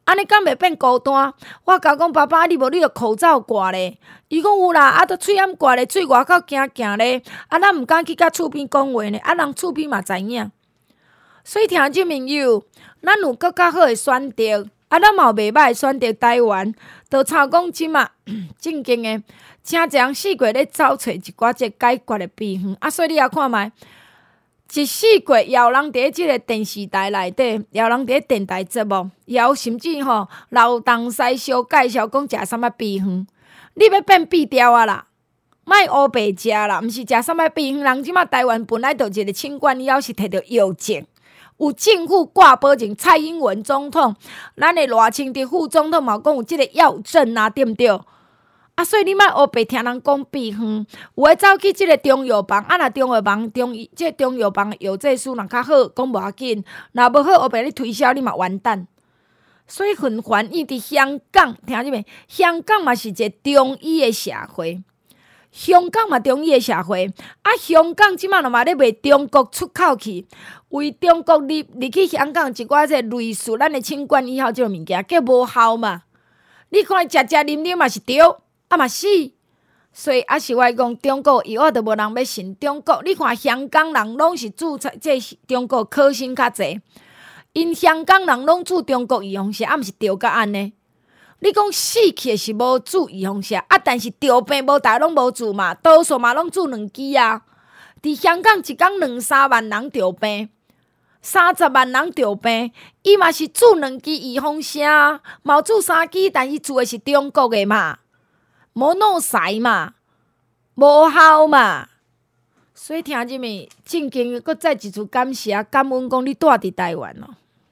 安尼敢袂变孤单？我甲讲爸爸，你无你着口罩挂咧。伊讲有啦，都喙暗挂咧，喙外口行咧，咱毋敢去甲厝边讲话呢，人厝边嘛知影。所以听众朋友，咱有更较好的选择，咱嘛有袂歹的选择。台湾就操讲即嘛，正经的，真侪人四过咧走找一寡即解决的秘方。所以你也看觅。一四过，也有人伫即个电视台内底，也有人伫电台节目，也有甚至老东西小介绍讲食啥物秘方。你要变秘条啊啦，莫乌白食啦，毋是食啥物秘方。人即马台湾本来就一个清冠以后是摕到药证，有政府挂保证。蔡英文总统，咱的赖清德副总统嘛讲有即个药证啊，对毋对？所以你莫乌白听人讲秘方，有诶走去即个中药房，若中药房即个中药房诶药剂师若较好，讲无要紧；若无好，乌白你推销你嘛完蛋。所以很烦，伊伫香港，听见没？香港嘛是一个中医诶社会，香港嘛中医诶社会。香港即马嘛咧卖中国出口去，为中国入去香港一寡即类似咱诶清冠以后即个物件，叫无效嘛。你看食啉嘛是对。嘛是，所以是我讲中国以后就无人要信中国。你看香港人拢是注册这中国科生较济，因香港人拢注中国预防针，毋是对甲安尼。你讲死去是无注预防针，但是着病无大拢无注嘛，多数嘛拢注2支啊。伫香港一工2-3万人着病，30万人着病，伊嘛是注2支预防针，嘛注3支，但是注的是中国的嘛。无弄塞嘛，无效嘛，所以听入面正经搁再一次感谢感恩讲你住伫台湾咯。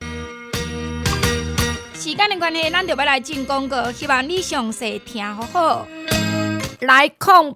时间的关系，咱就要来进广告，希望你详细听好好。来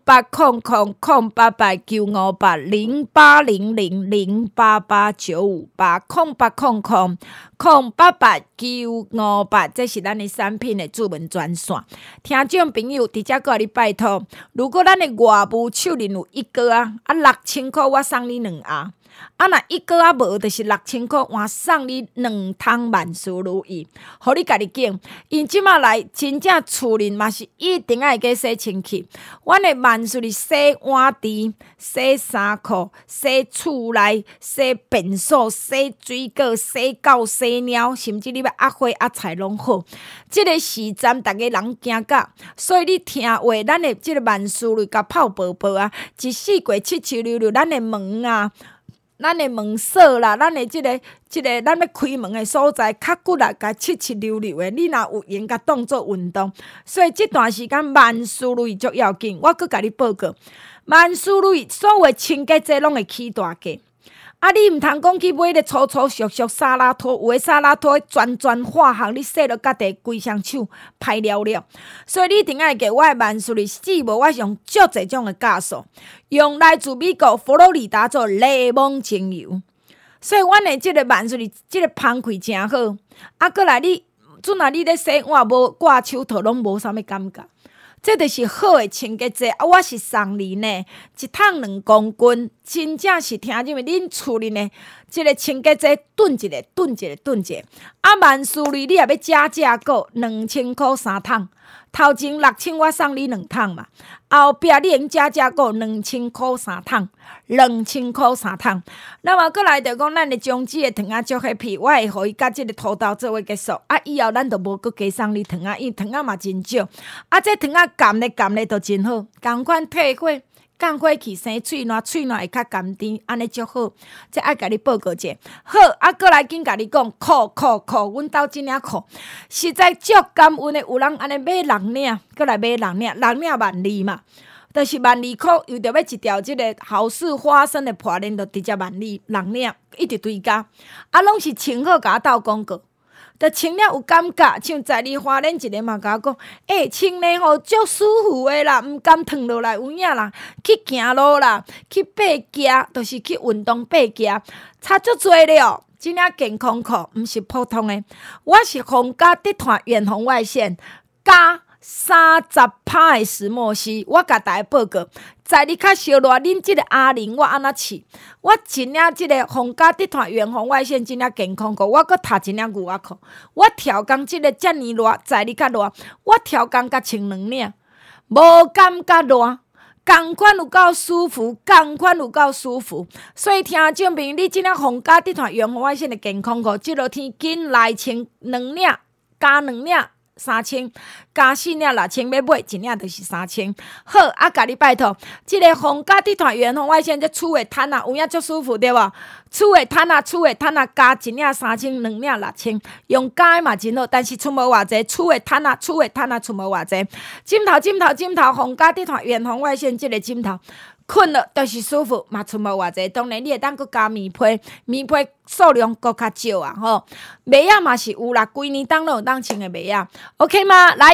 0800-088-958-088-958，这是咱的产品的主文专线。听众朋友，伫遮甲你拜托，如果咱的外务手里有1个6000块，我送你2盒。若1个无，就是6000块，换送你2桶万事如意，互你家己拣。因即马来真正厝里嘛是一定爱加洗清气。阮的万事如洗碗池、洗衫裤、洗厝内、洗便所、洗水果、洗狗、洗猫，甚至你要压花压菜拢好。即个时阵，逐个人惊甲，所以你听话，咱的即个万事如甲泡宝宝啊，一四过776，咱的门啊。咱的门锁啦，咱的即个咱要开门的所在，较骨力甲776的，你若有闲甲当做运动，所以这段时间万事如意足要紧。我搁甲你报告，万事如意所有清洁剂拢会起大价。你毋通讲去买咧粗粗俗俗沙拉拖，有诶沙拉拖全化学，你洗落家己规双手歹了了。所以你一定爱给我诶万事如意，死无我是用足侪种诶价数，用来自美国佛罗里达做柠檬精油。所以阮诶即个万事如意，即个芳气诚好。过来你阵啊，你咧洗碗无挂手套，拢无啥物感觉。这就是好的清洁剂我是送你呢，1桶2公斤，真正是听入面恁厝里呢，这个清洁剂炖一个，万事如意你也要加价购2000块3桶，头前6000我送你2桶嘛，后壁你用加价购2000块3桶，2000块3桶。那么过来就讲咱的中子的糖仔足 happy， 我会互伊甲即个土豆做伙结束。以后咱就无搁加送你糖仔，因为糖仔嘛真少。这糖仔含咧都真好，同款退火。降火气生喙烂，喙烂会较甘甜，安尼足好。这爱甲你报告者，好过来紧甲你讲，酷，阮兜真领酷，实在足感恩的。有人安尼买6领，过来买6领，6领12000嘛，就是12000块，又着要一条即个好事花生的破链，就直接12000 6领，一直追加，拢是穿好甲我斗广告。就穿了有感觉，像在你花莲一个嘛，甲我讲，穿咧吼足舒服的啦，毋甘躺落来有影啦，去行路啦，去爬行，就是去运动爬行，差足多了。真正健康裤，毋是普通的，我是皇家集团远红外线加 30%的石墨烯。我甲大家报告，在你较烧热，恁即个阿玲我安怎饲？我真领即个皇家集团远红外线真领健康裤，我搁读真领牛仔裤。我跳工即个遮尔热，在你较热，我跳工甲穿2领，无感觉热。同款有够舒服，同款有够舒服，所以听众朋友，你即领皇家集团远红外线的健康裤，即落天紧来穿2领，加2领3000，加4领6000，要买一领就是3000。好，甲你拜托，即个皇家集团远红外线这厝的毯有影足舒服对无？厝的毯加一领3000，2领6000，用加的嘛真好，但是出无偌济，厝的毯出无偌济。枕头，皇家集团远红外线即个枕头。困了就是舒服，嘛出无偌济。当然你会当搁加棉被数量搁较少啊吼。袜仔嘛是有啦，规年当拢有当穿的袜仔 ，OK 吗？来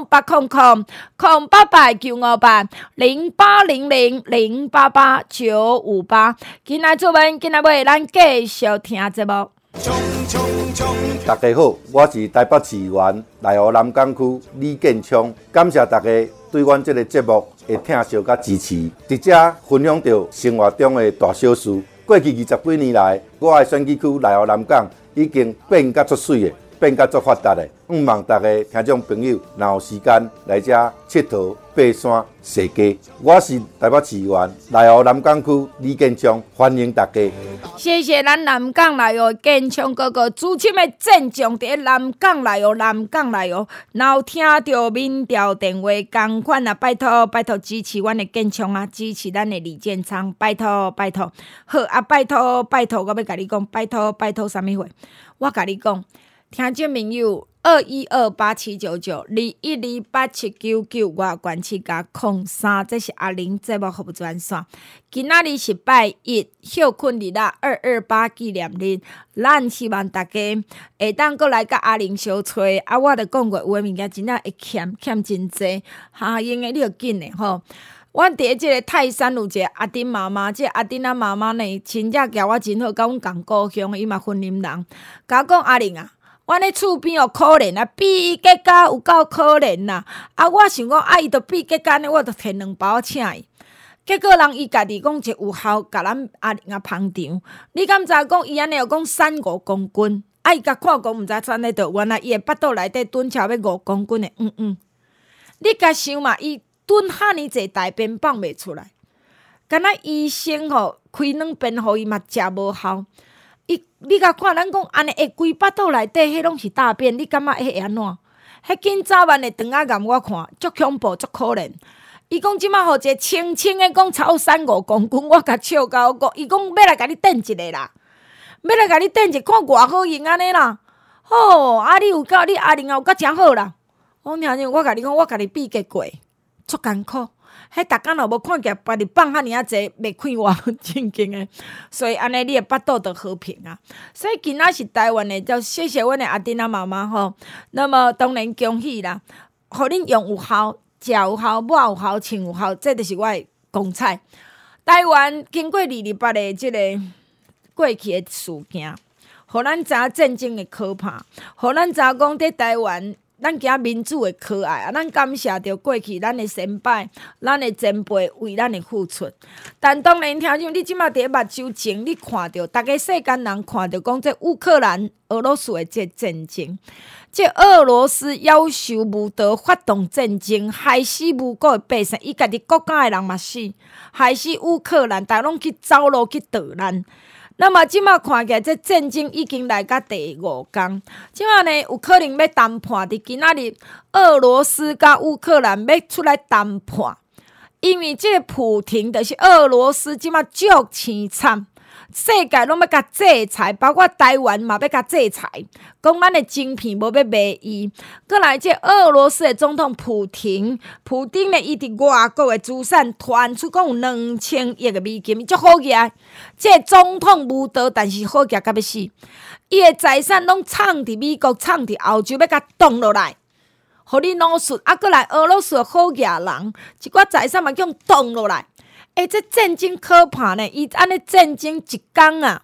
0800-088-958，今仔作文，今仔尾咱继续听节目。 大家好，我是台北市议员内湖南港区李建昌，感谢大家对阮这个节目的听惜甲支持，伫遮分享到生活中的大小事。过去20几年来，我的选举区内湖南港已经变甲足水的，变甲足发达的。望大家听众朋友，若有时间来遮佚佗、爬山、踅街。我是台北市议员内湖南港区李建昌，欢迎大家。 谢谢咱南港内湖建昌哥哥资深的战将，伫南港内湖。然后听到民调电话，同款啊，拜托支持阮的建昌啊，支持咱的李建昌，拜托。好啊，拜托，我要甲你讲，拜托啥物货？我甲你讲，听众朋友。21287992128799外关七加03，这是阿玲节目服务专线。今仔日是拜一，休困日啦，228纪念日，咱希望大家会当过来甲阿玲相找。啊，我著讲过，有诶物件真正会欠真济，因为你着紧诶吼。阮伫即个泰山有一个阿丁妈妈，即个阿丁仔妈妈呢，亲戚交我真好，甲阮共故乡，伊嘛婚姻人，甲我讲阿玲啊。阮咧厝边哦，可怜啊，比结甲有够可怜呐！啊，我想讲，伊著比结甲呢，我著摕2包请伊。结果人伊家己讲一有效，甲咱阿玲啊捧场。你敢知讲伊安尼又讲3-5公斤？啊，伊甲看讲毋知穿咧倒，原来伊诶腹肚内底蹲超要5公斤诶，你甲想嘛，伊蹲遐尼济大便放袂出来，敢若医生吼开2便互伊嘛食无效。你甲看，咱讲安尼会规腹肚内底，迄拢是大便，你感觉会安怎？迄紧早晚的肠仔含我看，足恐怖，足可怜。伊讲即摆互一个轻轻的讲超3-5公斤，我甲笑到我讲，伊讲要来甲你垫一个啦，要来甲你垫一个，看偌好用安尼啦。吼，啊你有够，你阿玲有够诚好啦。我听见我甲你讲，我甲你比结过，足艰苦。迄逐工若无看起来，别日放遐尔啊济，袂开活正经诶，所以安尼你诶腹肚就和平啊。所以今仔是台湾诶，就谢谢阮诶阿丁仔妈妈吼。那么当然恭喜啦，互恁用有效、食有效、抹有效、穿有效，这就是我诶光彩。台湾经过228诶即个过去诶事件，互咱知影战争诶可怕，互咱知影讲伫台湾。咱今民主的可爱啊！咱感谢着过去咱的先辈、咱的前辈为咱的付出。但当然，听众你即马伫目睭前，你看到大家世间人看到讲这乌克兰、俄罗斯的这战争，这俄罗斯夭寿无道发动战争，害死无辜的百姓，伊家己国家的人嘛死，害死乌克兰，大家拢去走路去逃难。那么即马看起来，这战争已经来到第5天。即马呢，有可能要谈判。伫今仔日，俄罗斯甲乌克兰要出来谈判，因为这个普廷就是俄罗斯即马足凄惨，世界拢要甲制裁，包括台湾嘛要甲制裁，讲咱的晶片无要卖伊。过来，这俄罗斯的总统普丁呢，伊伫外国的资产传出讲有2000亿的美金，足好个。这总统无道，但是好个到要死。伊的财产拢藏伫美国，藏伫欧洲，要甲冻落来，互你攞顺。啊，过来俄罗斯的好个人，一寡财产嘛叫冻落来。这战争可怕呢！伊安尼战争一天啊，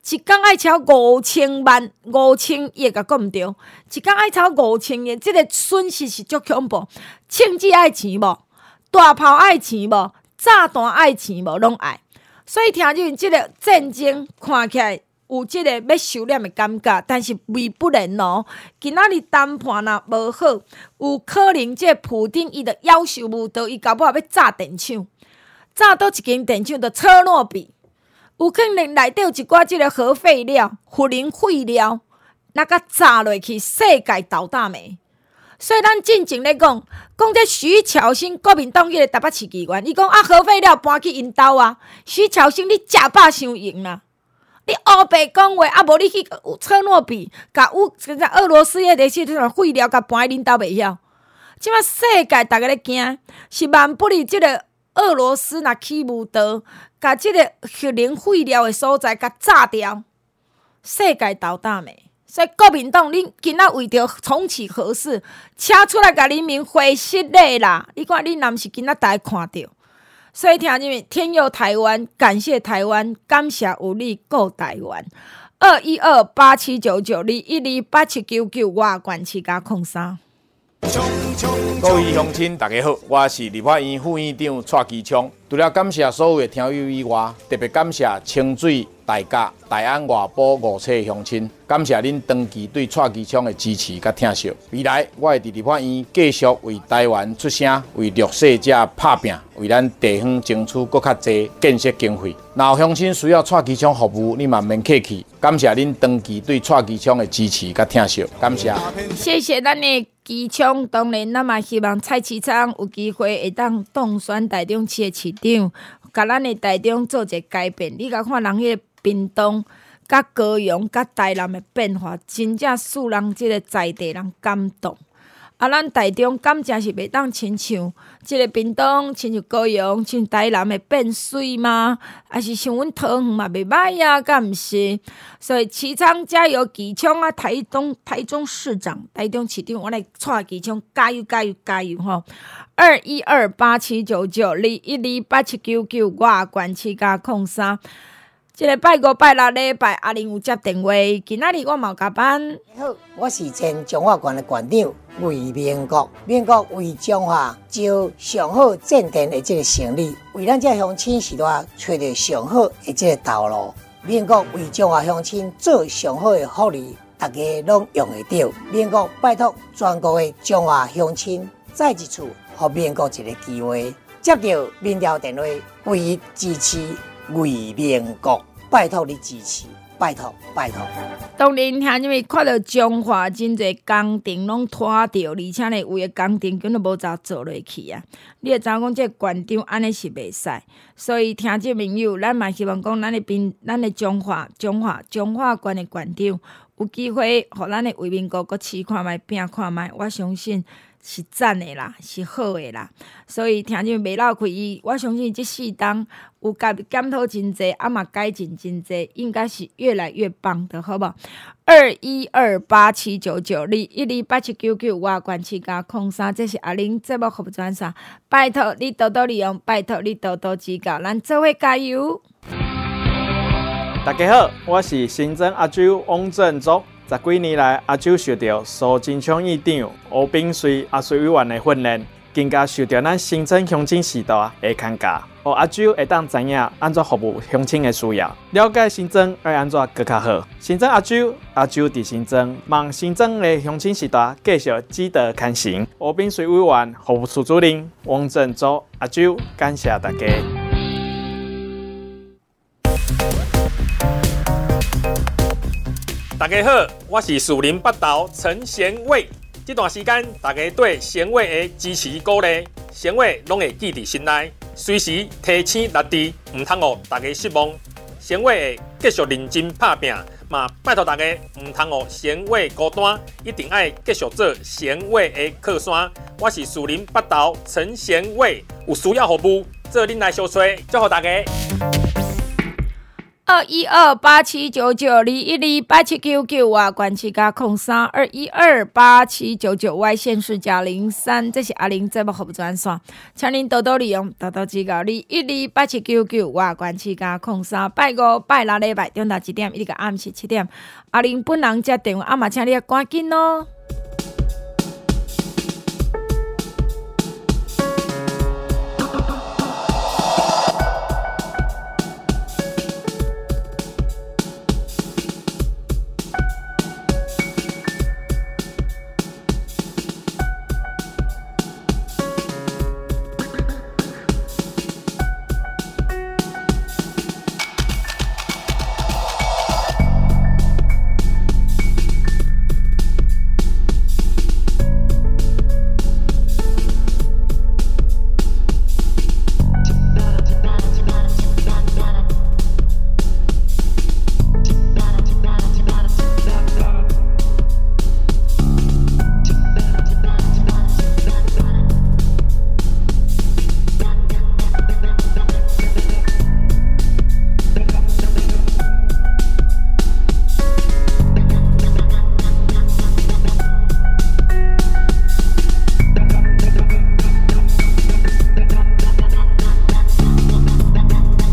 一工爱超5000万、5000亿，甲讲毋对，一工爱超5000亿，即个损失是足恐怖。枪支爱钱无，大炮爱钱无，炸弹爱钱无，拢爱。所以听见即个战争看起来有即个要收敛的感觉，但是未不能哦。今仔日谈判若无好，有可能即个普丁伊就夭寿无道，伊搞不好要炸电厂，炸倒一间电厂就车诺比。有可能内底有一寡即个核废料、核能废料，那甲炸落去，世界倒大霉。所以咱进前咧讲这徐巧芯国民党迄个台北市议员，伊讲核废料搬去因兜啊，徐巧芯你假把伤赢啦！你乌白讲话，无你去车诺比，甲俄罗斯迄个迄种废料甲搬去恁兜袂晓。即摆世界逐个咧惊，是万不利即个俄罗斯若起无道。甲即个核能废料的所在，甲炸掉，世界倒大霉。所以国民党，恁今仔为着重启核四，车出来甲人民回失礼啦！你看，恁若毋是今仔大家看到，所以听见没？天佑台湾，感谢台湾，感谢有你顾台湾。212879921287999外管区加03。 各位乡亲，大家好，我是立法院副院长蔡其昌。除了感谢所有的听友以外，特别感谢清水、大甲、大安外埔5处的乡亲，感谢恁长期对蔡其昌的支持甲疼惜。未来我会伫立法院继续为台湾出声，为弱势者拍拼，为咱地方争取更较侪建设经费。若有乡亲需要蔡其昌服务，你嘛免客气。感谢恁长期对蔡其昌的支持甲疼惜，感谢。 谢谢咱的其昌，当然咱嘛希望蔡其昌有机会会当当选台中市的市长，甲咱的台中做一个改变。你甲看人迄个屏东、甲高雄、甲台南的变化，真正使人即个在地人感动。啊，咱台中感情是袂当亲像即个屏东、亲像高雄、亲像台南的变水吗？还是像阮桃园嘛袂歹啊？敢毋是？所以其昌加油，其昌啊！台中市长、台中市长，我来蔡其昌加油加油加油吼！212879921287999外管区加03。即个拜5、拜6礼拜，阿玲有接电话。今仔日我嘛有加班。 好，我是前中华县的县长魏明国。民国为中华招上好正电的这个成立，为咱这乡亲时代找到上好的这个道路。民国为中华乡亲做上好的福利，大家拢用得到。民国拜托全国的中华乡亲，再一次给民国一个机会，接到民调电话，为伊支持魏明国。拜托你支持，拜托拜托。 当然，听因为看到中华真侪工程拢拖着，而且呢，有的工程根本无咋做落去啊！你会知影讲，这个县长安尼是袂使，所以听这朋友，咱嘛希望讲，咱的中华县的县长有机会，互咱的为民国搁试看卖、拼看卖，我相信。是赞的啦，是好的啦，所以听见袂闹开伊，我相信这4档有检讨真济，啊嘛改进真济，应该是越来越棒的，好不好？212879921287999外管区加03，这是阿玲节目服务专线，拜托你多多利用，拜托你多多指教，咱做伙加油！ 大家好，我是行政阿周汪振中。10几年来，阿周受到苏贞昌议长、吴秉叡阿水委员的训练，更加受到咱行政乡亲时代的看教，让阿周会当知影安怎服务乡亲的需要，了解行政要安怎更较好。行政阿周伫行政，望行政的乡亲时代继续积德看行。吴秉叡委员、服务处主任汪振中阿周，感谢大家。 大家好，我是树林北投陈贤伟。这段时间，大家对贤伟的支持鼓励，贤伟拢会记伫心内，随时提醒力治，唔通互大家失望。贤伟会继续认真拍拼，嘛拜托大家唔通互贤伟孤单，一定爱继续做贤伟的靠山。我是树林北投陈贤伟，有需要服务，做恁来相找，祝福大家。 0212879921128799外关市加0321287799外县市加03，这是阿玲节目服务专线，请您多多利用，多多指教。21287799外关市加03，拜五拜六礼拜中昼1点一直到暗时7点，阿玲本人接电话，嘛请你赶紧咯。